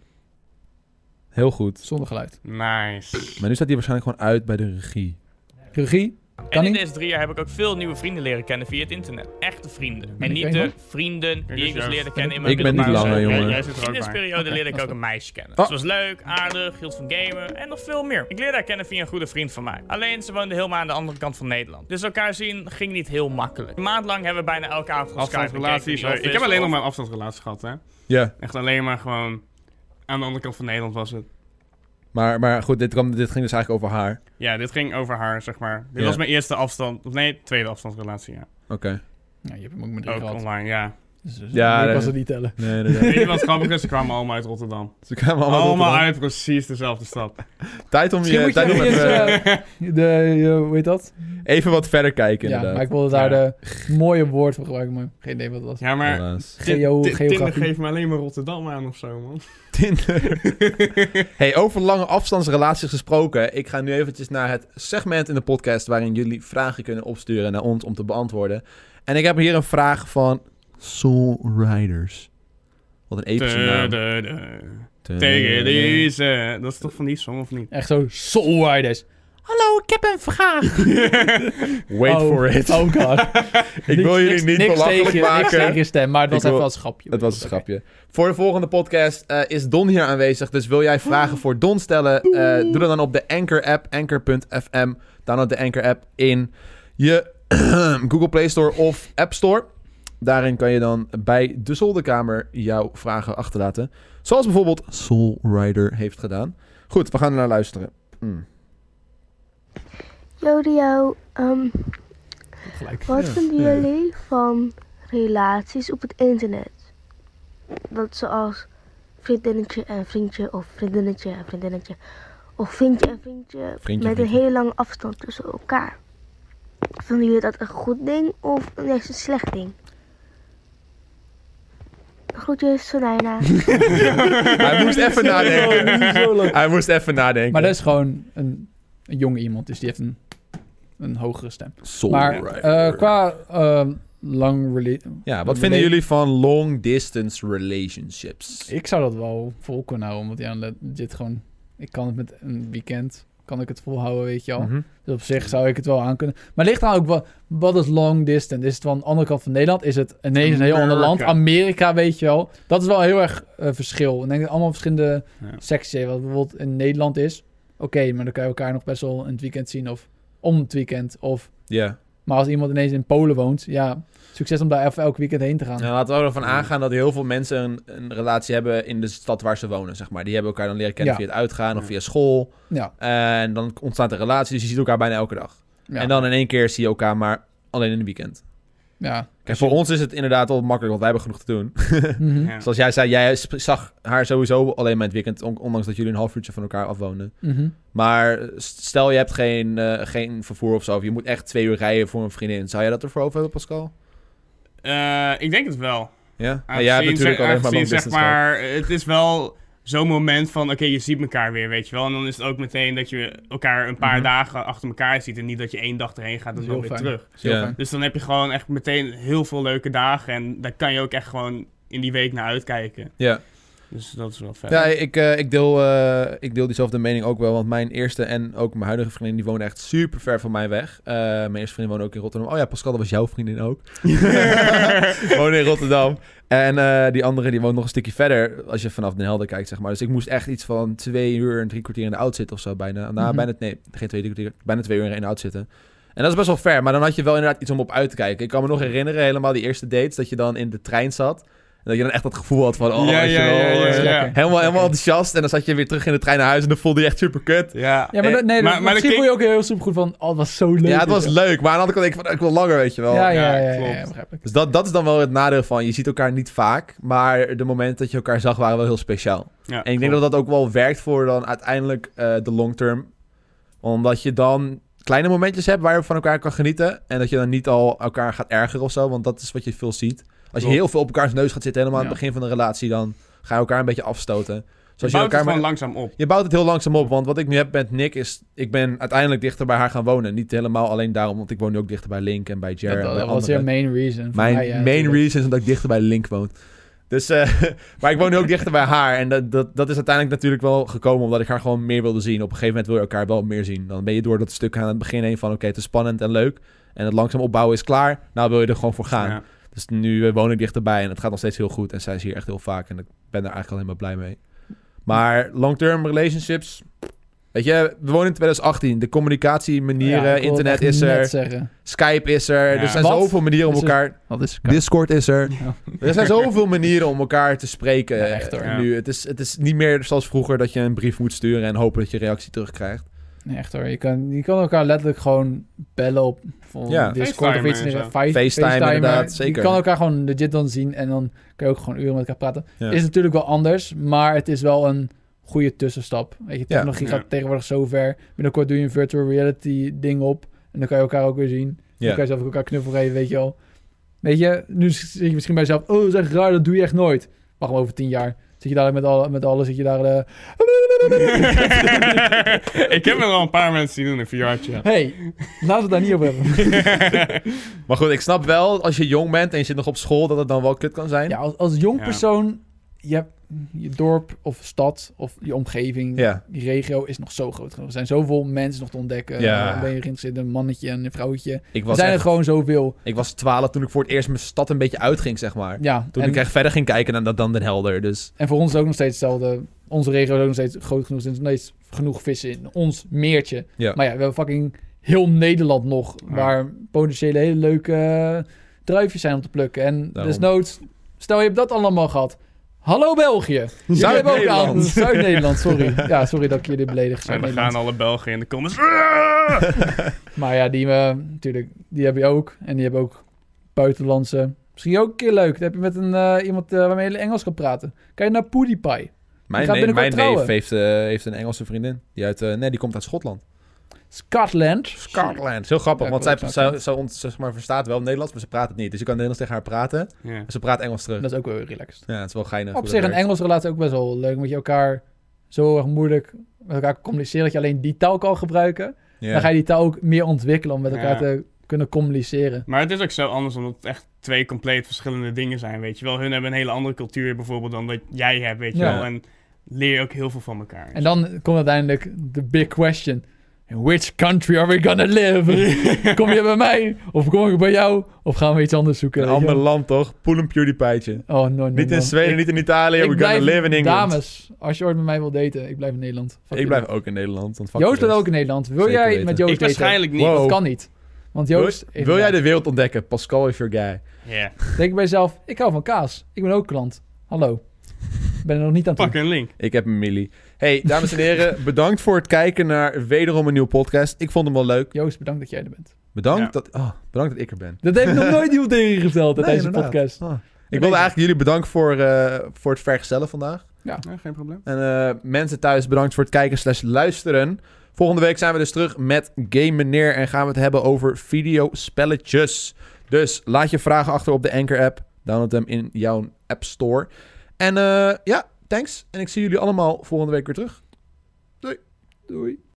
Heel goed. Zonder geluid. Nice. Maar nu staat hij waarschijnlijk gewoon uit bij de regie. Regie? En Kan in niet? deze 3 jaar heb ik ook veel nieuwe vrienden leren kennen via het internet. Echte vrienden. Ben En ik niet een de van? vrienden Kijk, die ik dus dus leerde kennen in mijn Ik ben niet middelbare langer, school. jongen. Jij zit er In ook deze bij. periode Oké, leerde ik dat ook is een meisje kennen. Oh. Ze was leuk, aardig, hield van gamen en nog veel meer. Ik leerde haar kennen via een goede vriend van mij. Alleen ze woonde helemaal aan de andere kant van Nederland. Dus elkaar zien ging niet heel makkelijk. Een maand lang hebben we bijna elke avond op Skype Afstandsrelaties. gekeken. Ik heb alleen nog maar een afstandsrelatie gehad, hè. Ja, Echt alleen maar gewoon... Aan de andere kant van Nederland was het. maar goed, dit ging dus eigenlijk over haar. Ja, dit ging over haar, zeg maar. Dit Ja. was mijn eerste afstand... Of nee, tweede afstandsrelatie, ja. Oké. Ja, je hebt hem ook met 3 Ook gehad. online, ja. Dus Ja, ik was nee. het niet tellen. Nee. Weet je wat grappig is? Ze kwamen allemaal uit Rotterdam. Ze kwamen allemaal Allemaal Rotterdam. uit precies dezelfde stad. Tijd om Misschien moet je even, hoe heet dat? even wat verder kijken, Ja, inderdaad. maar ik wilde daar de mooie woord voor gebruiken, maar geen idee wat het was. Ja, maar... Helaas. Tinder Geografie. geeft me alleen maar Rotterdam aan of zo, man. Tinder. Hey, over lange afstandsrelaties gesproken. Ik ga nu eventjes naar het segment in de podcast waarin jullie vragen kunnen opsturen naar ons om te beantwoorden. En ik heb hier een vraag van Soul Riders. Wat een epische naam. Tegen deze. Dat is toch van die song, of niet? Echt zo Soul Riders. Hallo, ik heb een vraag. Wait for it. Oh god. Ik wil jullie niet niks belachelijk tegen, Niks tegen maken. je stem, maar het was Ik wil- even als grapje. Het was een grapje. Voor de volgende podcast is Don hier aanwezig. Dus wil jij vragen voor Don stellen? Doe dat dan op de Anchor-app, anchor.fm. Download de Anchor-app in je Google Play Store of App Store. Daarin kan je dan bij de zolderkamer jouw vragen achterlaten. Zoals bijvoorbeeld Soul Rider heeft gedaan. Goed, we gaan er naar luisteren. Jodio, Gelijk. wat vinden jullie van relaties op het internet? Dat zoals vriendinnetje en vriendje of vriendinnetje en vriendinnetje. Of vriendje en vriendje, Vriendje, met vriendje. een hele lange afstand tussen elkaar. Vinden jullie dat een goed ding of juist een slecht ding? Groetjes, Sonijna. Hij moest even nadenken. Hij moest even nadenken. Maar dat is gewoon een jonge iemand, dus die heeft een hogere stem. Soul Maar Rider. qua lang Ja, wat vinden jullie van long distance relationships? Ik zou dat wel vol kunnen houden, want ja, legit gewoon... Ik kan het met een weekend, kan ik het volhouden, weet je al. Mhm. Dus op zich zou ik het wel aankunnen. Maar het ligt dan ook wat is long distance? Is het van de andere kant van Nederland? Is het ineens een heel ander land? Amerika. Amerika, weet je wel. Dat is wel heel erg verschil. Ik denk dat allemaal verschillende Ja. secties. Wat bijvoorbeeld in Nederland is. Oké, maar dan kan je elkaar nog best wel in het weekend zien. Of om het weekend. Ja. Maar als iemand ineens in Polen woont, ja, succes om daar even elk weekend heen te gaan. Nou, laten we er ervan aangaan dat heel veel mensen een relatie hebben in de stad waar ze wonen, zeg maar. Die hebben elkaar dan leren kennen Ja. via het uitgaan of Ja. via school. Ja. En dan ontstaat een relatie, dus je ziet elkaar bijna elke dag. Ja. En dan in één keer zie je elkaar maar alleen in het weekend. Ja. Kijk, voor ons is het inderdaad wel makkelijk, want wij hebben genoeg te doen. Mhm. Ja. Zoals jij zei, jij zag haar sowieso alleen maar het weekend, ondanks dat jullie een half uurtje van elkaar afwoonden. Mhm. Maar stel je hebt geen vervoer of zo, of je moet echt 2 uur rijden voor een vriendin. Zou jij dat ervoor over hebben, Pascal? Ik denk het wel. Ja? Maar jij hebt natuurlijk alleen maar long distance gehad. maar, het is wel zo'n moment van, oké, je ziet elkaar weer, weet je wel. En dan is het ook meteen dat je elkaar een paar dagen achter elkaar ziet. En niet dat je 1 dag erheen gaat en dan weer terug. Ja. Dus dan heb je gewoon echt meteen heel veel leuke dagen. En daar kan je ook echt gewoon in die week naar uitkijken. Ja. Dus dat is wel vet. Ja, ik deel diezelfde mening ook wel. Want mijn eerste en ook mijn huidige vriendin, die wonen echt super ver van mij weg. Mijn eerste vriendin woonde ook in Rotterdam. Oh ja, Pascal, dat was jouw vriendin ook. Woonde in Rotterdam. En die andere, die woont nog een stukje verder, als je vanaf Den Helder kijkt, zeg maar. Dus ik moest echt iets van 2 uur en 3 kwartier in de auto zitten of zo. Bijna 2 uur in de auto zitten. En dat is best wel ver, maar dan had je wel inderdaad iets om op uit te kijken. Ik kan me nog herinneren, helemaal die eerste dates, dat je dan in de trein zat. En dat je dan echt dat gevoel had van, helemaal enthousiast. En dan zat je weer terug in de trein naar huis en dan voelde je echt super kut. Ja, maar misschien voel je ook heel super goed van, het was zo leuk. Ja, het was leuk, maar aan de andere kant denk ik van, ik wil langer, weet je wel. Ja, klopt. begrijp ik. Dus dat is dan wel het nadeel van, je ziet elkaar niet vaak, maar de momenten dat je elkaar zag waren wel heel speciaal. Ja, En ik denk dat dat ook wel werkt voor dan uiteindelijk de long term. Omdat je dan kleine momentjes hebt waar je van elkaar kan genieten. En dat je dan niet al elkaar gaat ergeren of zo, want dat is wat je veel ziet. Als je heel veel op elkaars neus gaat zitten, helemaal aan het begin van de relatie, dan ga je elkaar een beetje afstoten. Je bouwt het gewoon langzaam op. Je bouwt het heel langzaam op, want wat ik nu heb met Nick is, ik ben uiteindelijk dichter bij haar gaan wonen. Niet helemaal alleen daarom, want ik woon nu ook dichter bij Link en bij Jared. Dat was je main reason. Mijn main reason is dat ik dichter bij Link woon. Dus, maar ik woon nu ook dichter bij haar. En dat is uiteindelijk natuurlijk wel gekomen omdat ik haar gewoon meer wilde zien. Op een gegeven moment wil je elkaar wel meer zien. Dan ben je door dat stuk aan het begin heen van, oké, het is spannend en leuk. En het langzaam opbouwen is klaar. Nou wil je er gewoon voor gaan. Ja. Dus nu woon ik dichterbij en het gaat nog steeds heel goed. En zij is hier echt heel vaak en ik ben daar eigenlijk alleen maar blij mee. Maar long-term relationships, weet je, we wonen in 2018. De communicatiemanieren, internet is er, Skype is er. Ja. Er zijn zoveel manieren om elkaar... Discord is er. Ja. Er zijn zoveel manieren om elkaar te spreken. Ja, echt hoor. Nu, het is niet meer zoals vroeger dat je een brief moet sturen en hopen dat je reactie terugkrijgt. Nee, echt hoor. Je kan elkaar letterlijk gewoon bellen op Discord of iets. FaceTime inderdaad, zeker. Je kan elkaar gewoon legit dan zien en dan kan je ook gewoon uren met elkaar praten. Ja. Is natuurlijk wel anders, maar het is wel een goede tussenstap. Weet je, technologie gaat tegenwoordig zo ver. Binnenkort doe je een virtual reality ding op en dan kan je elkaar ook weer zien. Dan kan je zelf ook elkaar knuffel geven, weet je wel. Weet je, nu zit je misschien bij jezelf, dat is echt raar, dat doe je echt nooit. Wacht maar over 10 jaar. Zit je daar met alles, zit je daar... Ik heb er al een paar mensen die doen een VR'tje. Hey, laten we het daar niet over hebben. Maar goed, ik snap wel, als je jong bent en je zit nog op school, dat het dan wel kut kan zijn. Ja, als jong persoon, je hebt je dorp of stad of je omgeving, die regio is nog zo groot genoeg. Er zijn zoveel mensen nog te ontdekken. Dan ben je geïnteresseerd in een mannetje en een vrouwtje. Er zijn er gewoon zoveel. Ik was 12 toen ik voor het eerst mijn stad een beetje uitging, zeg maar. Ja, toen ik echt verder ging kijken dan Den Helder. Dus. En voor ons is ook nog steeds hetzelfde. Onze regio is ook nog steeds groot genoeg. Er zijn nog steeds genoeg vissen in ons meertje. Ja. Maar ja, we hebben fucking heel Nederland nog, waar potentiële hele leuke druifjes zijn om te plukken. En desnoods, stel je hebt dat allemaal gehad. Hallo België. Zuid-Nederland. Zuid-Nederland, sorry. Ja, sorry dat ik jullie beledig. En dan gaan alle Belgen in de comments. Maar ja, die heb je ook. En die hebben ook buitenlandse. Misschien ook een keer leuk. Dan heb je met iemand waarmee je Engels kan praten. Kan je naar PewDiePie. Mijn neef heeft een Engelse vriendin. Die komt uit Schotland. Scotland. Is heel grappig, want zij zeg maar, verstaat wel Nederlands, maar ze praat het niet. Dus je kan Nederlands tegen haar praten, maar ze praat Engels terug. Dat is ook wel relaxed. Ja, het is wel geinig. Op zich een Engelse relatie ook best wel leuk, omdat je elkaar zo erg moeilijk met elkaar communiceren, dat je alleen die taal kan gebruiken. Dan ga je die taal ook meer ontwikkelen om met elkaar te kunnen communiceren. Maar het is ook zo anders, omdat het echt 2 compleet verschillende dingen zijn, weet je wel. Hun hebben een hele andere cultuur bijvoorbeeld dan dat jij hebt, weet je wel. En leer je ook heel veel van elkaar. En dan komt uiteindelijk de big question. In which country are we gonna live? Kom je bij mij? Of kom ik bij jou? Of gaan we iets anders zoeken? Een ander land toch? Poel een PewDiePie'tje. Oh, no. Niet in Zweden, niet in Italië. We're gonna live in England. Dames, als je ooit met mij wil daten, ik blijf in Nederland. Ik blijf ook in Nederland. Joost blijft ook in Nederland. Wil jij met Joost daten? Ik waarschijnlijk niet. Wow. Dat kan niet. Want Joost... Wil jij de wereld ontdekken? Pascal is your guy. Denk bij jezelf, ik hou van kaas. Ik ben ook klant. Hallo. Ben er nog niet aan toe. Pak een link. Ik heb een millie. Hey, dames en heren, bedankt voor het kijken naar wederom een nieuwe podcast. Ik vond hem wel leuk. Joost, bedankt dat jij er bent. Bedankt dat ik er ben. Dat heb ik nog nooit iemand tegen je gesteld tijdens de podcast. Ik wilde eigenlijk jullie bedanken voor het vergezellen vandaag. Ja, geen probleem. En mensen thuis, bedankt voor het kijken/luisteren. Volgende week zijn we dus terug met Game Meneer en gaan we het hebben over videospelletjes. Dus laat je vragen achter op de Anchor-app. Download hem in jouw App Store. En thanks. En ik zie jullie allemaal volgende week weer terug. Doei.